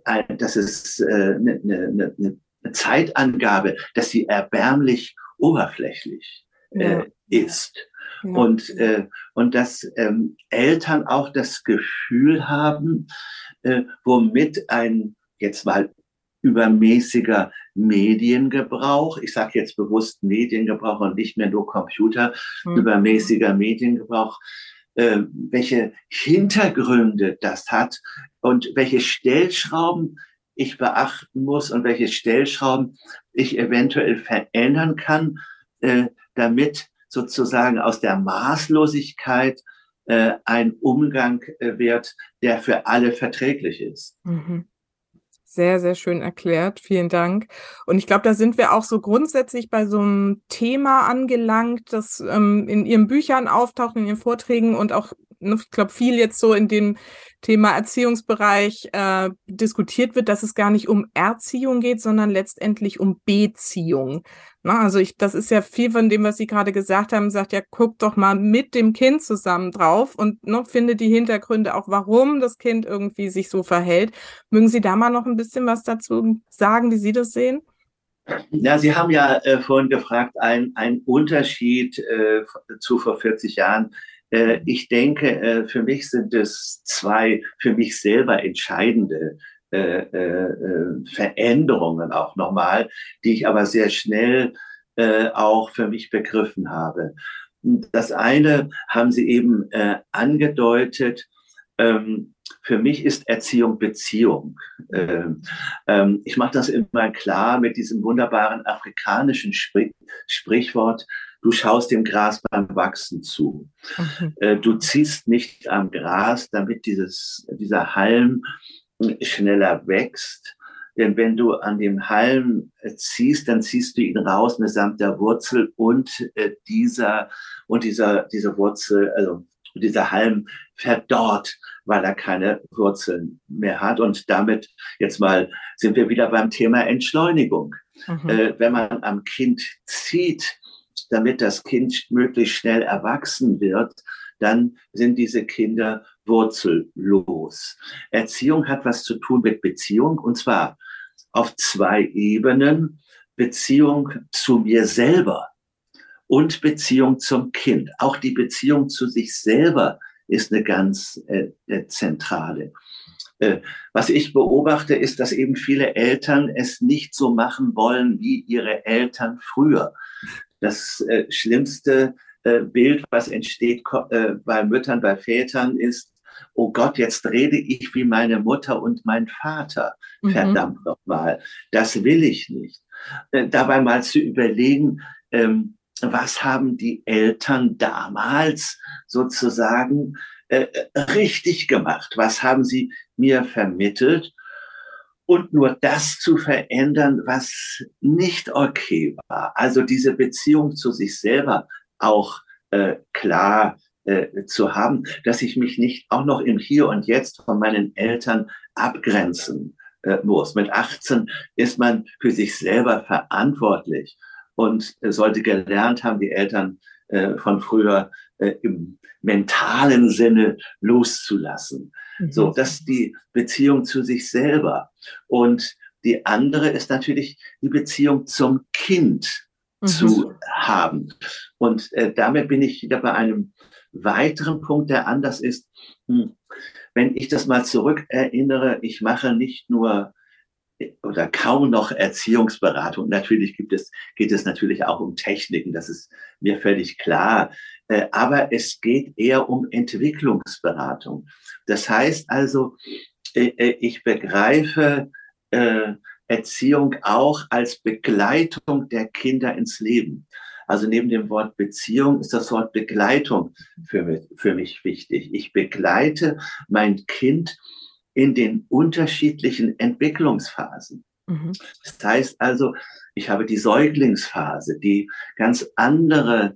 eine Zeitangabe, dass sie erbärmlich oberflächlich ist. Ja. Und dass Eltern auch das Gefühl haben, womit ein jetzt mal übermäßiger Mediengebrauch, ich sage jetzt bewusst Mediengebrauch und nicht mehr nur Computer, übermäßiger Mediengebrauch, welche Hintergründe das hat und welche Stellschrauben ich beachten muss und welche Stellschrauben ich eventuell verändern kann, damit sozusagen aus der Maßlosigkeit ein Umgang wird, der für alle verträglich ist. Sehr, sehr schön erklärt. Vielen Dank. Und ich glaube, da sind wir auch so grundsätzlich bei so einem Thema angelangt, das in Ihren Büchern auftaucht, in Ihren Vorträgen und auch, ich glaube, viel jetzt so in dem Thema Erziehungsbereich diskutiert wird, dass es gar nicht um Erziehung geht, sondern letztendlich um Beziehung. Na, also das ist ja viel von dem, was Sie gerade gesagt haben, sagt ja, guck doch mal mit dem Kind zusammen drauf und finde die Hintergründe auch, warum das Kind irgendwie sich so verhält. Mögen Sie da mal noch ein bisschen was dazu sagen, wie Sie das sehen? Ja, Sie haben ja vorhin gefragt, ein Unterschied zu vor 40 Jahren. Ich denke, für mich sind es zwei für mich selber entscheidende Veränderungen auch nochmal, die ich aber sehr schnell auch für mich begriffen habe. Das eine haben Sie eben angedeutet, für mich ist Erziehung Beziehung. Ich mache das immer klar mit diesem wunderbaren afrikanischen Sprichwort, du schaust dem Gras beim Wachsen zu. Du ziehst nicht am Gras, damit dieser Halm schneller wächst. Denn wenn du an dem Halm ziehst, dann ziehst du ihn raus mitsamt der Wurzel und diese Wurzel, also dieser Halm verdorrt, weil er keine Wurzeln mehr hat. Und damit jetzt mal sind wir wieder beim Thema Entschleunigung. Wenn man am Kind zieht, damit das Kind möglichst schnell erwachsen wird, dann sind diese Kinder wurzellos. Erziehung hat was zu tun mit Beziehung, und zwar auf zwei Ebenen. Beziehung zu mir selber und Beziehung zum Kind. Auch die Beziehung zu sich selber ist eine ganz zentrale. Was ich beobachte, ist, dass eben viele Eltern es nicht so machen wollen wie ihre Eltern früher. Das schlimmste Bild, was entsteht bei Müttern, bei Vätern, ist, oh Gott, jetzt rede ich wie meine Mutter und mein Vater. Verdammt nochmal, das will ich nicht. Dabei mal zu überlegen, was haben die Eltern damals sozusagen richtig gemacht? Was haben sie mir vermittelt? Und nur das zu verändern, was nicht okay war. Also diese Beziehung zu sich selber auch klar zu haben, dass ich mich nicht auch noch im Hier und Jetzt von meinen Eltern abgrenzen muss. Mit 18 ist man für sich selber verantwortlich und sollte gelernt haben, die Eltern von früher im mentalen Sinne loszulassen. So, das ist die Beziehung zu sich selber. Und die andere ist natürlich die Beziehung zum Kind zu haben. Und damit bin ich wieder bei einem weiteren Punkt, der anders ist. Wenn ich das mal zurückerinnere, ich mache nicht nur oder kaum noch Erziehungsberatung. Natürlich geht es natürlich auch um Techniken, das ist mir völlig klar. Aber es geht eher um Entwicklungsberatung. Das heißt also, ich begreife Erziehung auch als Begleitung der Kinder ins Leben. Also neben dem Wort Beziehung ist das Wort Begleitung für mich wichtig. Ich begleite mein Kind in den unterschiedlichen Entwicklungsphasen. Das heißt also, ich habe die Säuglingsphase, die ganz andere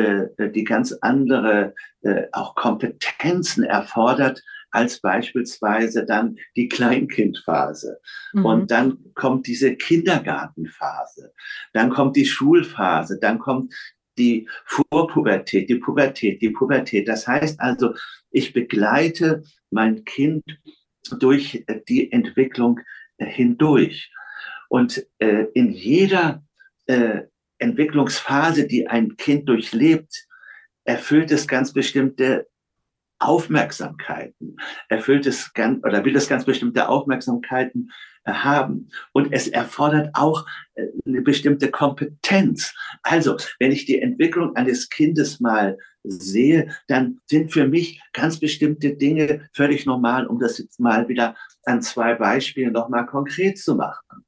auch Kompetenzen erfordert als beispielsweise dann die Kleinkindphase. Und dann kommt diese Kindergartenphase, dann kommt die Schulphase, dann kommt die Vorpubertät, die Pubertät. Das heißt also, ich begleite mein Kind durch die Entwicklung hindurch. Und in jeder Entwicklungsphase, die ein Kind durchlebt, erfüllt es ganz bestimmte Aufmerksamkeiten, will es ganz bestimmte Aufmerksamkeiten haben. Und es erfordert auch eine bestimmte Kompetenz. Also, wenn ich die Entwicklung eines Kindes mal sehe, dann sind für mich ganz bestimmte Dinge völlig normal, um das jetzt mal wieder an 2 Beispielen nochmal konkret zu machen.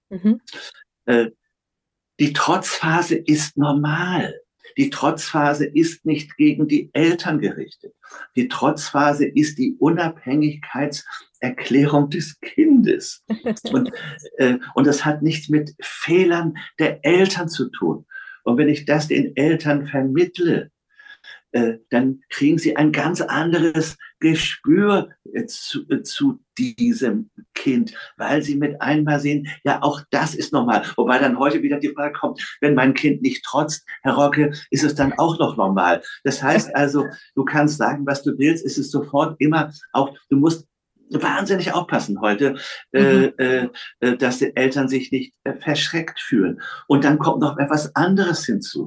Die Trotzphase ist normal. Die Trotzphase ist nicht gegen die Eltern gerichtet. Die Trotzphase ist die Unabhängigkeitserklärung des Kindes. Und das hat nichts mit Fehlern der Eltern zu tun. Und wenn ich das den Eltern vermittle, dann kriegen sie ein ganz anderes Gespür zu diesem Kind, weil sie mit einmal sehen, ja, auch das ist normal. Wobei dann heute wieder die Frage kommt, wenn mein Kind nicht trotzt, Herr Rocke, ist es dann auch noch normal? Das heißt also, du kannst sagen, was du willst, ist es sofort immer auch, du musst wahnsinnig aufpassen heute, dass die Eltern sich nicht verschreckt fühlen. Und dann kommt noch etwas anderes hinzu.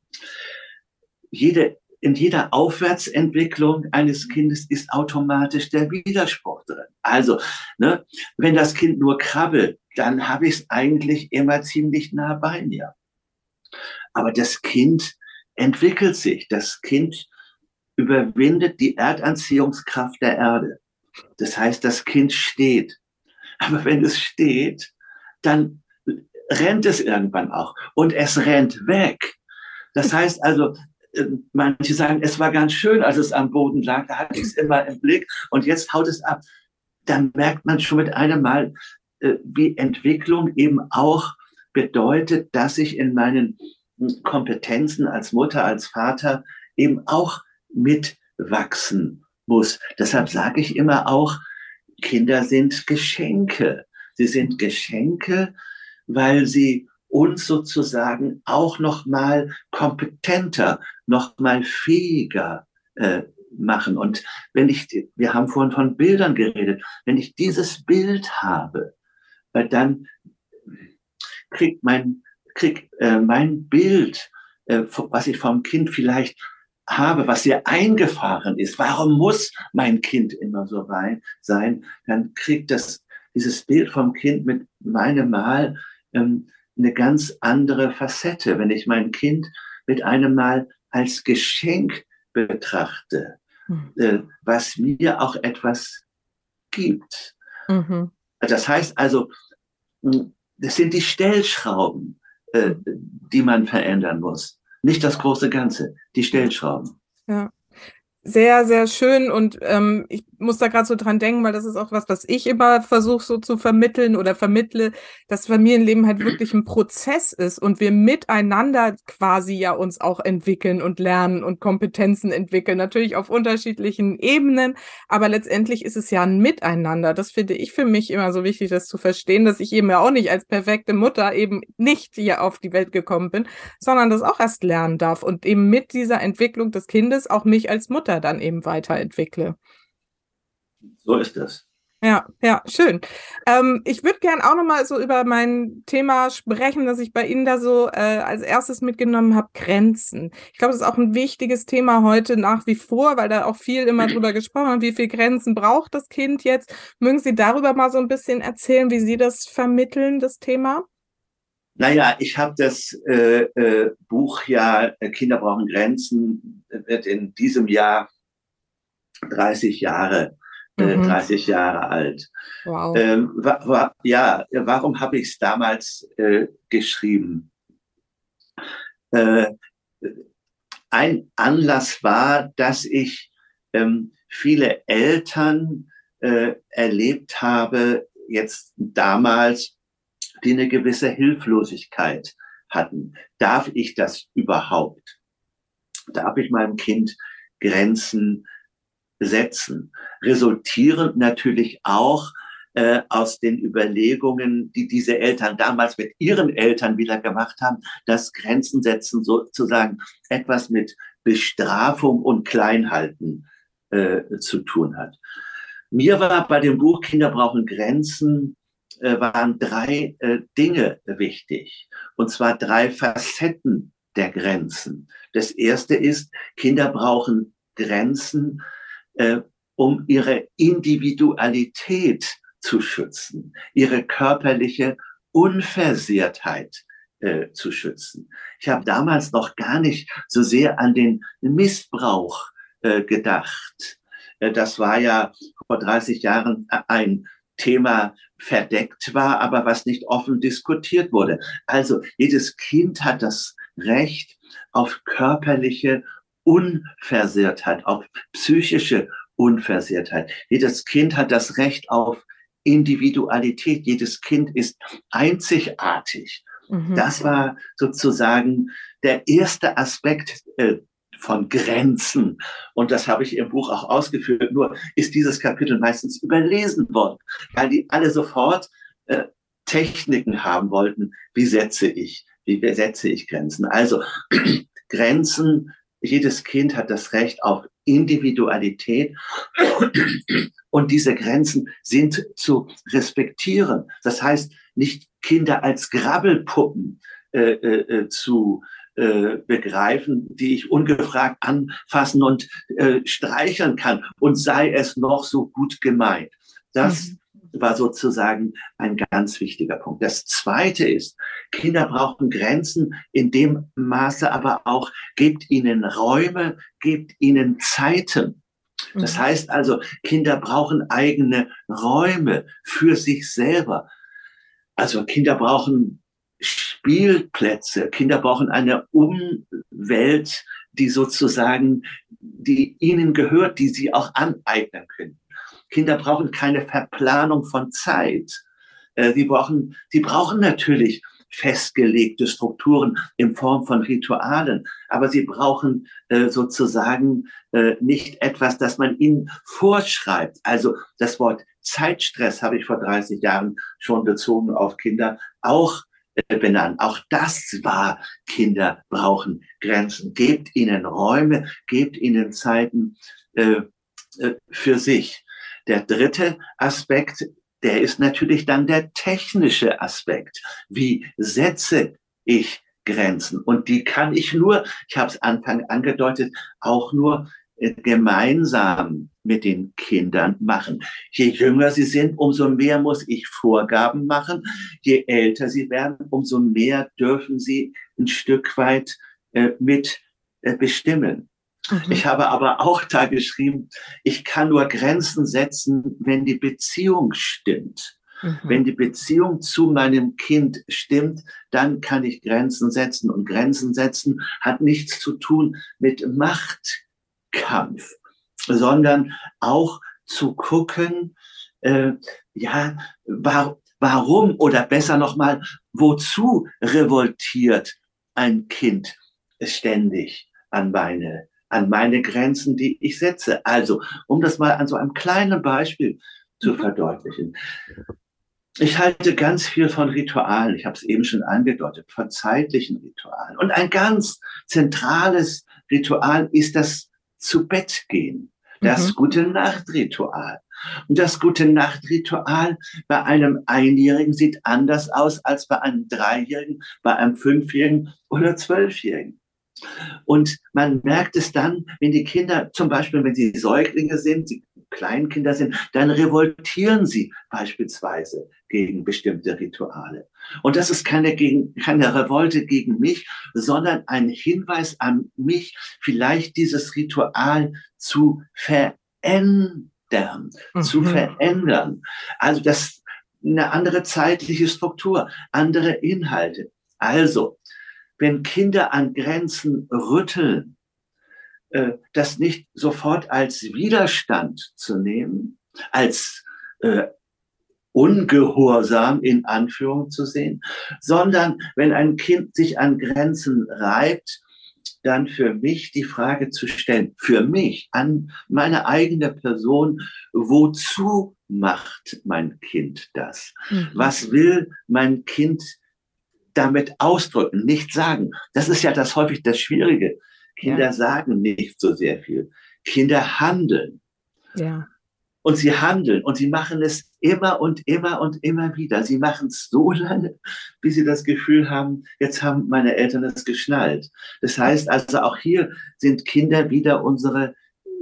In jeder Aufwärtsentwicklung eines Kindes ist automatisch der Widerspruch drin. Also, wenn das Kind nur krabbelt, dann habe ich es eigentlich immer ziemlich nah bei mir. Aber das Kind entwickelt sich. Das Kind überwindet die Erdanziehungskraft der Erde. Das heißt, das Kind steht. Aber wenn es steht, dann rennt es irgendwann auch. Und es rennt weg. Das heißt also, manche sagen, es war ganz schön, als es am Boden lag, da hatte ich es immer im Blick und jetzt haut es ab. Dann merkt man schon mit einem Mal, wie Entwicklung eben auch bedeutet, dass ich in meinen Kompetenzen als Mutter, als Vater eben auch mitwachsen muss. Deshalb sage ich immer auch, Kinder sind Geschenke. Sie sind Geschenke, weil sie uns sozusagen auch noch mal kompetenter, noch mal fähiger machen. Und wir haben vorhin von Bildern geredet, wenn ich dieses Bild habe, dann kriegt mein Bild, was ich vom Kind vielleicht habe, was sehr eingefahren ist, warum muss mein Kind immer so weit sein, dann kriegt dieses Bild vom Kind mit meinem Mal eine ganz andere Facette. Wenn ich mein Kind mit einem Mal als Geschenk betrachte, was mir auch etwas gibt. Mhm. Das heißt also, das sind die Stellschrauben, die man verändern muss. Nicht das große Ganze, die Stellschrauben. Ja. Sehr, sehr schön und ich muss da gerade so dran denken, weil das ist auch was ich immer versuche so zu vermitteln oder vermittle, dass Familienleben halt wirklich ein Prozess ist und wir miteinander quasi ja uns auch entwickeln und lernen und Kompetenzen entwickeln, natürlich auf unterschiedlichen Ebenen, aber letztendlich ist es ja ein Miteinander. Das finde ich für mich immer so wichtig, das zu verstehen, dass ich eben ja auch nicht als perfekte Mutter eben nicht hier auf die Welt gekommen bin, sondern das auch erst lernen darf und eben mit dieser Entwicklung des Kindes auch mich als Mutter dann eben weiterentwickle. So ist es. Ja, ja, schön. Ich würde gern auch nochmal so über mein Thema sprechen, das ich bei Ihnen da so als erstes mitgenommen habe, Grenzen. Ich glaube, das ist auch ein wichtiges Thema heute nach wie vor, weil da auch viel immer drüber gesprochen wird, wie viel Grenzen braucht das Kind jetzt. Mögen Sie darüber mal so ein bisschen erzählen, wie Sie das vermitteln, das Thema? Naja, ich habe das Buch ja Kinder brauchen Grenzen, wird in diesem Jahr 30 Jahre, Mhm. 30 Jahre alt. Wow. Warum habe ich es damals geschrieben? Äh, ein Anlass war, dass ich viele Eltern erlebt habe, jetzt damals, die eine gewisse Hilflosigkeit hatten. Darf ich das überhaupt? Darf ich meinem Kind Grenzen setzen? Resultierend natürlich auch aus den Überlegungen, die diese Eltern damals mit ihren Eltern wieder gemacht haben, dass Grenzen setzen sozusagen etwas mit Bestrafung und Kleinhalten zu tun hat. Mir war bei dem Buch Kinder brauchen Grenzen, waren drei Dinge wichtig. Und zwar drei Facetten der Grenzen. Das erste ist, Kinder brauchen Grenzen, um ihre Individualität zu schützen, ihre körperliche Unversehrtheit zu schützen. Ich habe damals noch gar nicht so sehr an den Missbrauch gedacht. Das war ja vor 30 Jahren ein Thema verdeckt war, aber was nicht offen diskutiert wurde. Also jedes Kind hat das Recht auf körperliche Unversehrtheit, auf psychische Unversehrtheit. Jedes Kind hat das Recht auf Individualität. Jedes Kind ist einzigartig. Mhm. Das war sozusagen der erste Aspekt von Grenzen. Und das habe ich im Buch auch ausgeführt. Nur ist dieses Kapitel meistens überlesen worden, weil die alle sofort Techniken haben wollten. Wie setze ich Grenzen? Also Grenzen, jedes Kind hat das Recht auf Individualität und diese Grenzen sind zu respektieren. Das heißt, nicht Kinder als Grabbelpuppen zu begreifen, die ich ungefragt anfassen und streicheln kann und sei es noch so gut gemeint. Das war sozusagen ein ganz wichtiger Punkt. Das Zweite ist, Kinder brauchen Grenzen, in dem Maße aber auch, gebt ihnen Räume, gebt ihnen Zeiten. Das heißt also, Kinder brauchen eigene Räume für sich selber. Also Kinder brauchen Spielplätze, Kinder brauchen eine Umwelt, die sozusagen, die ihnen gehört, die sie auch aneignen können. Kinder brauchen keine Verplanung von Zeit. Sie brauchen natürlich festgelegte Strukturen in Form von Ritualen, aber sie brauchen sozusagen nicht etwas, das man ihnen vorschreibt. Also das Wort Zeitstress habe ich vor 30 Jahren schon bezogen auf Kinder auch benannt. Auch das war, Kinder brauchen Grenzen. Gebt ihnen Räume, gebt ihnen Zeiten für sich. Der dritte Aspekt, der ist natürlich dann der technische Aspekt. Wie setze ich Grenzen. Und die kann ich nur, ich habe es Anfang angedeutet, auch nur gemeinsam mit den Kindern machen. Je jünger sie sind, umso mehr muss ich Vorgaben machen. Je älter sie werden, umso mehr dürfen sie ein Stück weit mit bestimmen. Ich habe aber auch da geschrieben, ich kann nur Grenzen setzen, wenn die Beziehung stimmt. Wenn die Beziehung zu meinem Kind stimmt, dann kann ich Grenzen setzen. Und Grenzen setzen hat nichts zu tun mit Machtkampf, sondern auch zu gucken, warum oder besser nochmal, wozu revoltiert ein Kind ständig an meine Grenzen, die ich setze. Also, um das mal an so einem kleinen Beispiel zu verdeutlichen. Ich halte ganz viel von Ritualen. Ich habe es eben schon angedeutet, von zeitlichen Ritualen. Und ein ganz zentrales Ritual ist das Zu-Bett-Gehen, das Gute-Nacht-Ritual. Und das Gute-Nacht-Ritual bei einem Einjährigen sieht anders aus als bei einem Dreijährigen, bei einem Fünfjährigen oder Zwölfjährigen. Und man merkt es dann, wenn die Kinder, zum Beispiel, wenn sie Säuglinge sind, sie Kleinkinder sind, dann revoltieren sie beispielsweise gegen bestimmte Rituale. Und das ist keine Revolte gegen mich, sondern ein Hinweis an mich, vielleicht dieses Ritual zu verändern, zu verändern. Also das eine andere zeitliche Struktur, andere Inhalte. Also, wenn Kinder an Grenzen rütteln, das nicht sofort als Widerstand zu nehmen, als Ungehorsam in Anführung zu sehen, sondern wenn ein Kind sich an Grenzen reibt, dann für mich die Frage zu stellen, für mich, an meine eigene Person, wozu macht mein Kind das? Was will mein Kind damit ausdrücken, nicht sagen? Das ist ja das häufig das Schwierige. Kinder sagen nicht so sehr viel. Kinder handeln. Ja. Und sie handeln und sie machen es immer und immer und immer wieder. Sie machen es so lange, bis sie das Gefühl haben, jetzt haben meine Eltern es geschnallt. Das heißt also, auch hier sind Kinder wieder unsere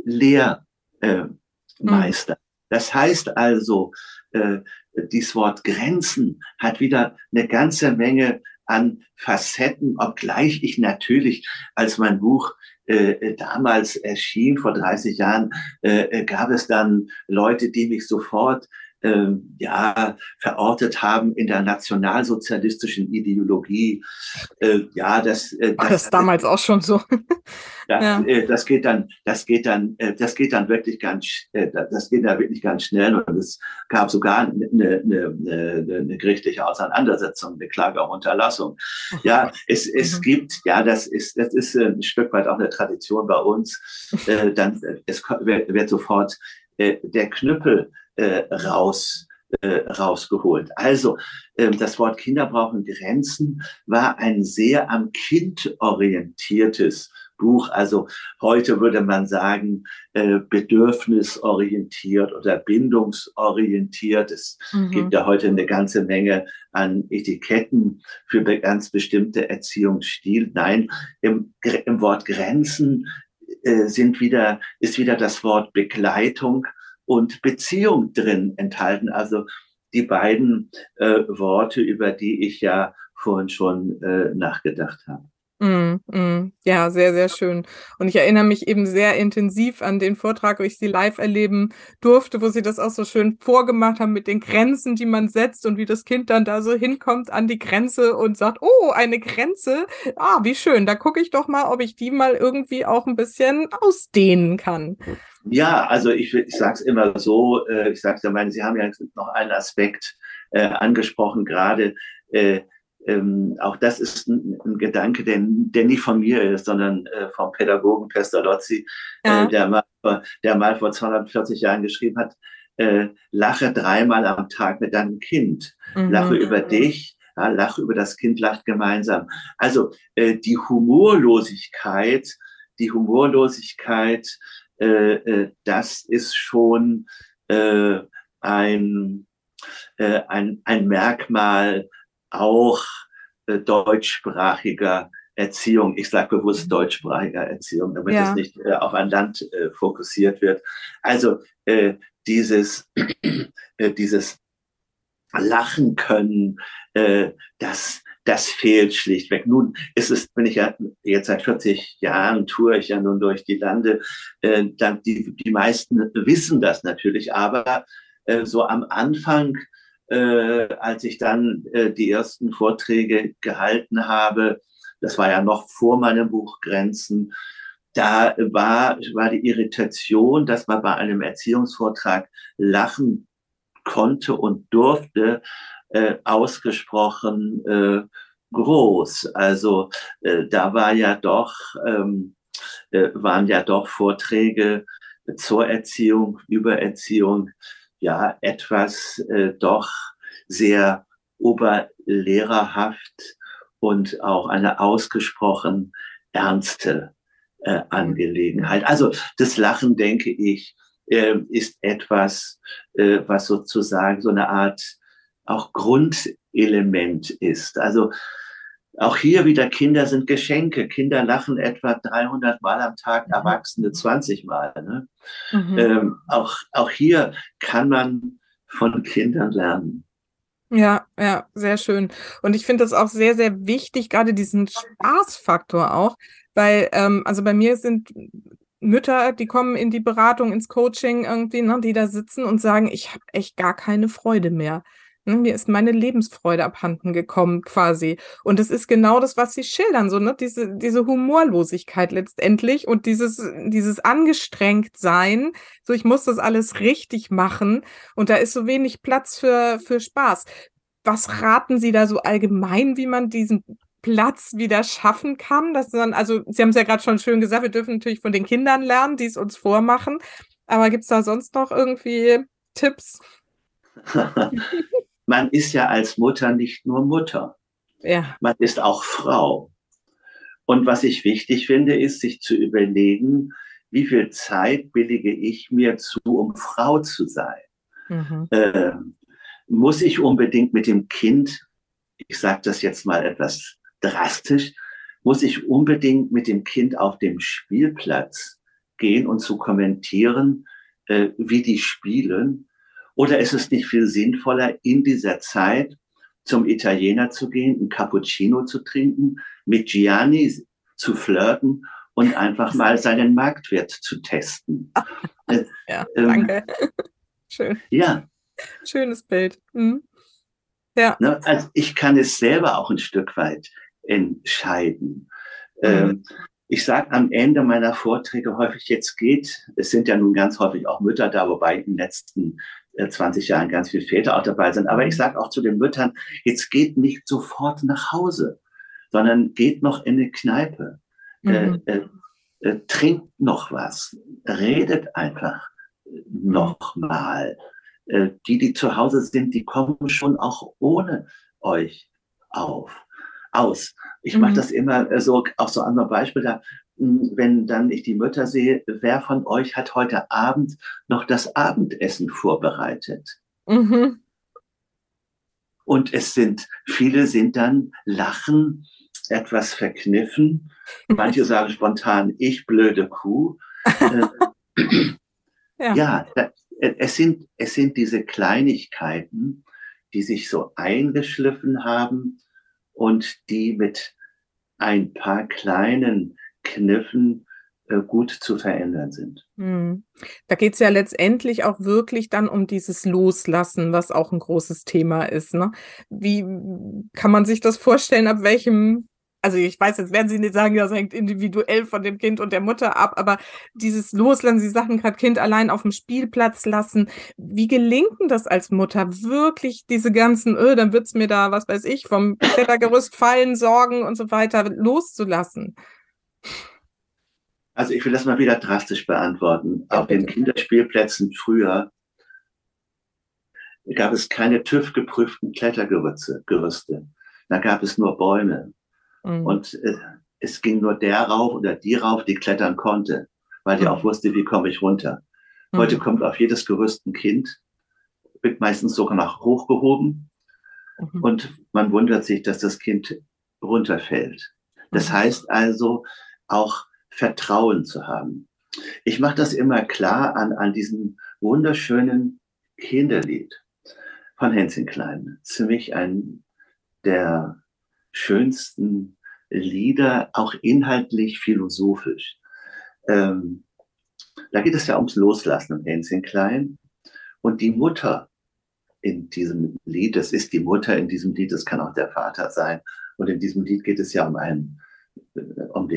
Lehrmeister. Das heißt also, dieses Wort Grenzen hat wieder eine ganze Menge an Facetten, obgleich ich natürlich, als mein Buch damals erschien, vor 30 Jahren, gab es dann Leute, die mich sofort verortet haben in der nationalsozialistischen Ideologie. Das ist damals auch schon so. Das geht dann wirklich ganz schnell. Und es gab sogar eine gerichtliche Auseinandersetzung, eine Klage auf Unterlassung. Ja, es gibt, das ist ein Stück weit auch eine Tradition bei uns. Es wird sofort der Knüppel rausgeholt. Also, das Wort Kinder brauchen Grenzen war ein sehr am Kind orientiertes Buch. Also heute würde man sagen, bedürfnisorientiert oder bindungsorientiert. Es gibt ja heute eine ganze Menge an Etiketten für ganz bestimmte Erziehungsstil. Nein, im Wort Grenzen ist wieder das Wort Begleitung und Beziehung drin enthalten. Also die beiden Worte, über die ich ja vorhin schon nachgedacht habe. Ja, sehr, sehr schön. Und ich erinnere mich eben sehr intensiv an den Vortrag, wo ich sie live erleben durfte, wo sie das auch so schön vorgemacht haben mit den Grenzen, die man setzt und wie das Kind dann da so hinkommt an die Grenze und sagt, oh, eine Grenze, wie schön, da gucke ich doch mal, ob ich die mal irgendwie auch ein bisschen ausdehnen kann. Ja, also ich sage es immer so, ich sage ja, Sie haben ja noch einen Aspekt angesprochen, gerade auch das ist ein Gedanke, der nicht von mir ist, sondern vom Pädagogen Pestalozzi, der mal vor 240 Jahren geschrieben hat, lache 3-mal am Tag mit deinem Kind. Lache über dich, lache über das Kind, lacht gemeinsam. Also die Humorlosigkeit, das ist schon ein Merkmal auch deutschsprachiger Erziehung. Ich sage bewusst deutschsprachiger Erziehung, damit es nicht auf ein Land fokussiert wird. Also dieses Lachen können, das fehlt schlichtweg. Nun bin ich ja jetzt seit 40 Jahren, toure ich ja nun durch die Lande. Die meisten wissen das natürlich, aber so am Anfang, als ich dann die ersten Vorträge gehalten habe, das war ja noch vor meinem Buch Grenzen, da war die Irritation, dass man bei einem Erziehungsvortrag lachen konnte und durfte, ausgesprochen groß. Also da waren ja doch Vorträge zur Erziehung, über Erziehung, ja, etwas doch sehr oberlehrerhaft und auch eine ausgesprochen ernste Angelegenheit. Also das Lachen, denke ich, ist etwas, was sozusagen so eine Art auch Grundelement ist. Also auch hier wieder, Kinder sind Geschenke. Kinder lachen etwa 300 Mal am Tag, Erwachsene 20 Mal. Ne? Auch hier kann man von Kindern lernen. Ja, sehr schön. Und ich finde das auch sehr, sehr wichtig, gerade diesen Spaßfaktor auch, weil, also bei mir sind Mütter, die kommen in die Beratung, ins Coaching irgendwie, ne, die da sitzen und sagen, ich habe echt gar keine Freude mehr. Ne, mir ist meine Lebensfreude abhanden gekommen quasi. Und das ist genau das, was sie schildern, so, ne, diese Humorlosigkeit letztendlich und dieses Angestrengtsein, so ich muss das alles richtig machen und da ist so wenig Platz für Spaß. Was raten Sie da so allgemein, wie man diesen Platz wieder schaffen kann? Dass dann, also Sie haben es ja gerade schon schön gesagt, wir dürfen natürlich von den Kindern lernen, die es uns vormachen. Aber gibt es da sonst noch irgendwie Tipps? Man ist ja als Mutter nicht nur Mutter. Ja. Man ist auch Frau. Und was ich wichtig finde, ist, sich zu überlegen, wie viel Zeit billige ich mir zu, um Frau zu sein? Muss ich unbedingt mit dem Kind, ich sage das jetzt mal etwas drastisch, muss ich unbedingt mit dem Kind auf dem Spielplatz gehen und zu kommentieren, wie die spielen? Oder ist es nicht viel sinnvoller, in dieser Zeit zum Italiener zu gehen, einen Cappuccino zu trinken, mit Gianni zu flirten und einfach mal seinen Marktwert zu testen? Ja, danke. Schön. Ja. Schönes Bild. Ja. Ne, also ich kann es selber auch ein Stück weit entscheiden. Ich sage am Ende meiner Vorträge häufig, es sind ja nun ganz häufig auch Mütter da, wobei in den letzten 20 Jahren ganz viele Väter auch dabei sind. Aber ich sage auch zu den Müttern, jetzt geht nicht sofort nach Hause, sondern geht noch in eine Kneipe, trinkt noch was, redet einfach noch mal. Die zu Hause sind, die kommen schon auch ohne euch aus. Ich mache das immer so, auch so andere Beispiele, wenn dann ich die Mütter sehe, wer von euch hat heute Abend noch das Abendessen vorbereitet? Und viele sind dann lachen, etwas verkniffen. Manche sagen spontan, ich blöde Kuh. Ja, es sind diese Kleinigkeiten, die sich so eingeschliffen haben und die mit ein paar kleinen Kniffen gut zu verändern sind. Da geht es ja letztendlich auch wirklich dann um dieses Loslassen, was auch ein großes Thema ist, ne? Wie kann man sich das vorstellen, ab welchem, also ich weiß, jetzt werden Sie nicht sagen, das hängt individuell von dem Kind und der Mutter ab, aber dieses Loslassen, Sie sagten gerade, Kind allein auf dem Spielplatz lassen, wie gelingt denn das als Mutter, wirklich diese ganzen, dann wird es mir da, was weiß ich, vom Klettergerüst fallen, Sorgen und so weiter, loszulassen? Also ich will das mal wieder drastisch beantworten. Ja, auf den Kinderspielplätzen früher gab es keine TÜV-geprüften Klettergerüste. Da gab es nur Bäume. Und es ging nur der rauf oder die rauf, die klettern konnte, weil die auch wusste, wie komme ich runter. Heute kommt auf jedes Gerüst ein Kind, wird meistens sogar noch hochgehoben. Und man wundert sich, dass das Kind runterfällt. Das heißt also auch Vertrauen zu haben. Ich mache das immer klar an diesem wunderschönen Kinderlied von Hänschen Klein. Für mich ein der schönsten Lieder, auch inhaltlich philosophisch. Da geht es ja ums Loslassen im Hänschen Klein. Und die Mutter in diesem Lied, das ist die Mutter in diesem Lied, das kann auch der Vater sein. Und in diesem Lied geht es ja um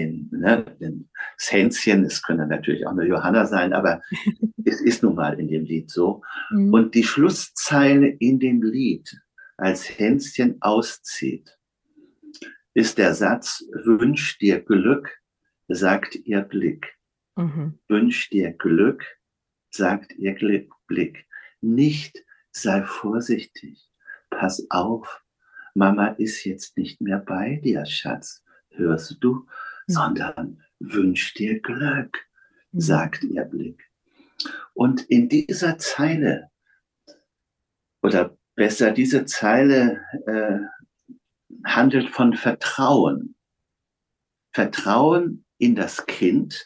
das Hänschen, es könnte natürlich auch eine Johanna sein, aber es ist nun mal in dem Lied so. Mhm. Und die Schlusszeile in dem Lied, als Hänschen auszieht, ist der Satz, wünsch dir Glück, sagt ihr Blick. Mhm. Wünsch dir Glück, sagt ihr Blick. Nicht sei vorsichtig, pass auf, Mama ist jetzt nicht mehr bei dir, Schatz, hörst du, sondern wünsch dir Glück, sagt ihr Blick. Und in dieser Zeile, oder besser, diese Zeile handelt von Vertrauen. Vertrauen in das Kind,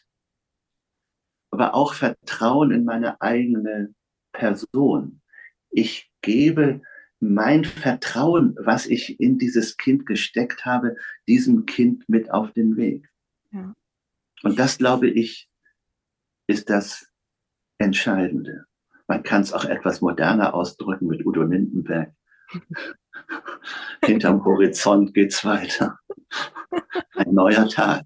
aber auch Vertrauen in meine eigene Person. Ich gebe mein Vertrauen, was ich in dieses Kind gesteckt habe, diesem Kind mit auf den Weg. Ja. Und das, glaube ich, ist das Entscheidende. Man kann es auch etwas moderner ausdrücken mit Udo Lindenberg. Hinterm Horizont geht's weiter. Ein neuer Tag.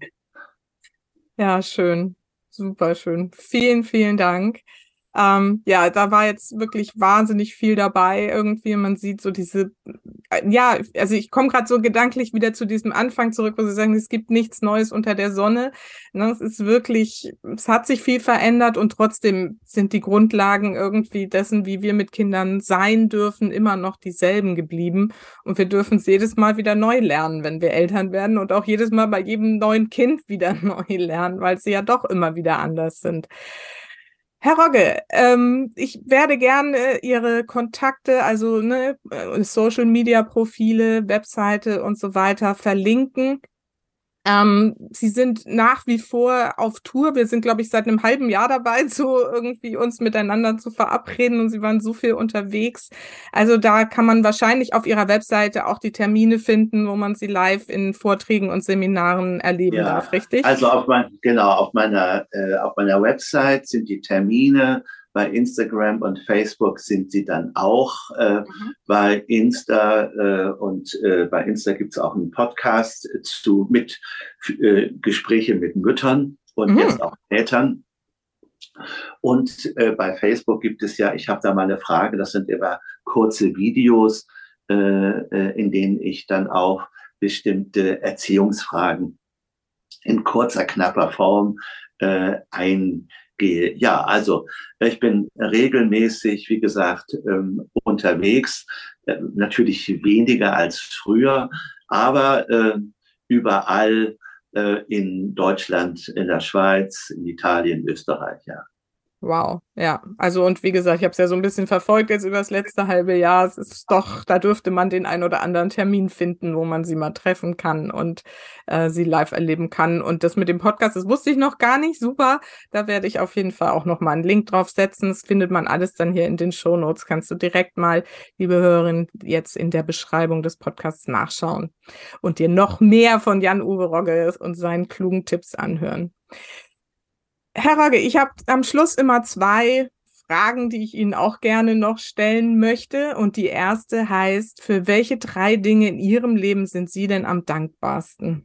Ja, schön. Super schön. Vielen, vielen Dank. Ja, da war jetzt wirklich wahnsinnig viel dabei irgendwie. Man sieht so ja, also ich komme gerade so gedanklich wieder zu diesem Anfang zurück, wo Sie sagen, es gibt nichts Neues unter der Sonne. Ne, es ist wirklich, es hat sich viel verändert und trotzdem sind die Grundlagen irgendwie dessen, wie wir mit Kindern sein dürfen, immer noch dieselben geblieben. Und wir dürfen es jedes Mal wieder neu lernen, wenn wir Eltern werden und auch jedes Mal bei jedem neuen Kind wieder neu lernen, weil sie ja doch immer wieder anders sind. Herr Rogge, ich werde gerne Ihre Kontakte, also Social-Media-Profile, Webseite und so weiter verlinken. Sie sind nach wie vor auf Tour. Wir sind, glaube ich, seit einem halben Jahr dabei, so irgendwie uns miteinander zu verabreden und Sie waren so viel unterwegs. Also da kann man wahrscheinlich auf Ihrer Webseite auch die Termine finden, wo man Sie live in Vorträgen und Seminaren erleben darf, richtig? Also auf meiner Website sind die Termine. Bei Instagram und Facebook sind sie dann auch. Bei Insta bei Insta gibt es auch einen Podcast mit Gespräche mit Müttern und jetzt auch Vätern. Und bei Facebook gibt es ja, ich habe da mal eine Frage, das sind immer kurze Videos, in denen ich dann auch bestimmte Erziehungsfragen in kurzer, knapper Form eingehe. Ja, also ich bin regelmäßig, wie gesagt, unterwegs, natürlich weniger als früher, aber überall in Deutschland, in der Schweiz, in Italien, Österreich, ja. Wow, ja. Also und wie gesagt, ich habe es ja so ein bisschen verfolgt jetzt über das letzte halbe Jahr. Es ist doch, da dürfte man den ein oder anderen Termin finden, wo man sie mal treffen kann und sie live erleben kann. Und das mit dem Podcast, das wusste ich noch gar nicht. Super, da werde ich auf jeden Fall auch noch mal einen Link drauf setzen. Das findet man alles dann hier in den Shownotes. Kannst du direkt mal, liebe Hörerin, jetzt in der Beschreibung des Podcasts nachschauen und dir noch mehr von Jan-Uwe Rogge und seinen klugen Tipps anhören. Herr Rogge, ich habe am Schluss immer 2 Fragen, die ich Ihnen auch gerne noch stellen möchte. Und die erste heißt, für welche 3 Dinge in Ihrem Leben sind Sie denn am dankbarsten?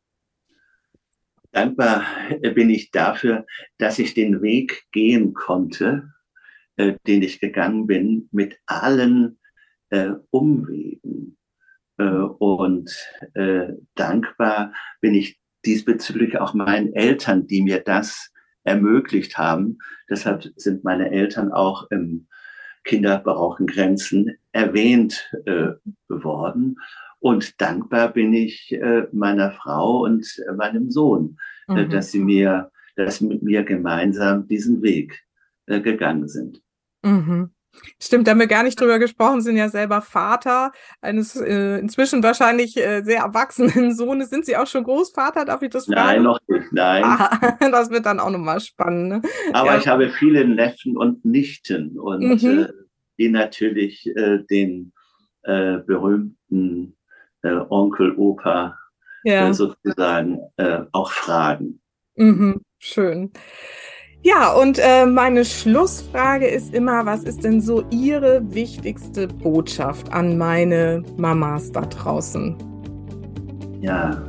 Dankbar bin ich dafür, dass ich den Weg gehen konnte, den ich gegangen bin, mit allen Umwegen. Und dankbar bin ich diesbezüglich auch meinen Eltern, die mir das ermöglicht haben. Deshalb sind meine Eltern auch im Kinder brauchen Grenzen erwähnt worden. Und dankbar bin ich meiner Frau und meinem Sohn, dass sie mit mir gemeinsam diesen Weg gegangen sind. Mhm. Stimmt, da haben wir gar nicht drüber gesprochen, sind ja selber Vater eines inzwischen wahrscheinlich sehr erwachsenen Sohnes. Sind Sie auch schon Großvater? Darf ich das Nein, fragen? noch nicht, nein. Ah, das wird dann auch nochmal spannend. Ne? Aber Ja. ich habe viele Neffen und Nichten und Mhm. die natürlich den berühmten Onkel, Opa Ja. sozusagen auch fragen. Mhm. Schön. Ja, und meine Schlussfrage ist immer, was ist denn so Ihre wichtigste Botschaft an meine Mamas da draußen? Ja,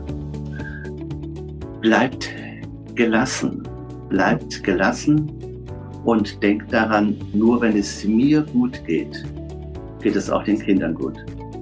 bleibt gelassen, bleibt gelassen und denkt daran, nur wenn es mir gut geht, geht es auch den Kindern gut.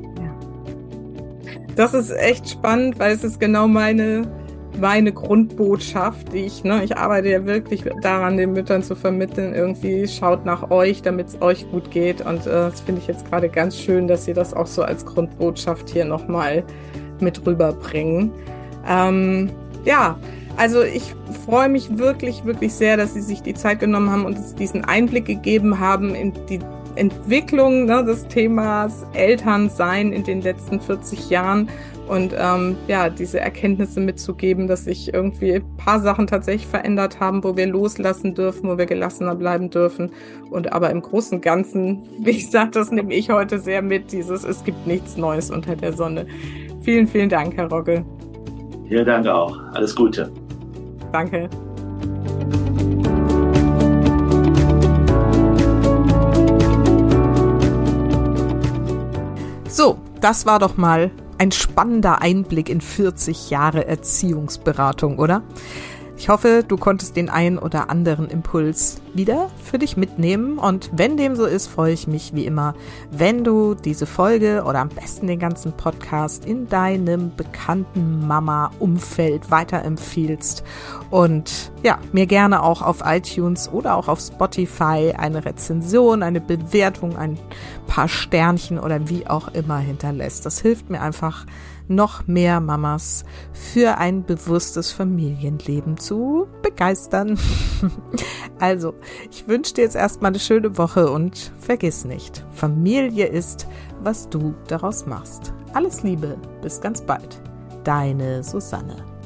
Das ist echt spannend, weil es ist genau meine Grundbotschaft, ich arbeite ja wirklich daran, den Müttern zu vermitteln, irgendwie schaut nach euch, damit es euch gut geht. Und das finde ich jetzt gerade ganz schön, dass Sie das auch so als Grundbotschaft hier nochmal mit rüberbringen. Ja, also ich freue mich wirklich, wirklich sehr, dass Sie sich die Zeit genommen haben und uns diesen Einblick gegeben haben in die Entwicklung, ne, des Themas Elternsein in den letzten 40 Jahren und ja, diese Erkenntnisse mitzugeben, dass sich irgendwie ein paar Sachen tatsächlich verändert haben, wo wir loslassen dürfen, wo wir gelassener bleiben dürfen. Und aber im Großen und Ganzen, wie gesagt, das nehme ich heute sehr mit, es gibt nichts Neues unter der Sonne. Vielen, vielen Dank, Herr Rogge. Vielen Dank auch. Alles Gute. Danke. So, das war doch mal ein spannender Einblick in 40 Jahre Erziehungsberatung, oder? Ich hoffe, du konntest den einen oder anderen Impuls wieder für dich mitnehmen und wenn dem so ist, freue ich mich wie immer, wenn du diese Folge oder am besten den ganzen Podcast in deinem bekannten Mama-Umfeld weiterempfiehlst und ja, mir gerne auch auf iTunes oder auch auf Spotify eine Rezension, eine Bewertung, ein paar Sternchen oder wie auch immer hinterlässt. Das hilft mir einfach, noch mehr Mamas für ein bewusstes Familienleben zu begeistern. Also, ich wünsche dir jetzt erstmal eine schöne Woche und vergiss nicht, Familie ist, was du daraus machst. Alles Liebe, bis ganz bald. Deine Susanne.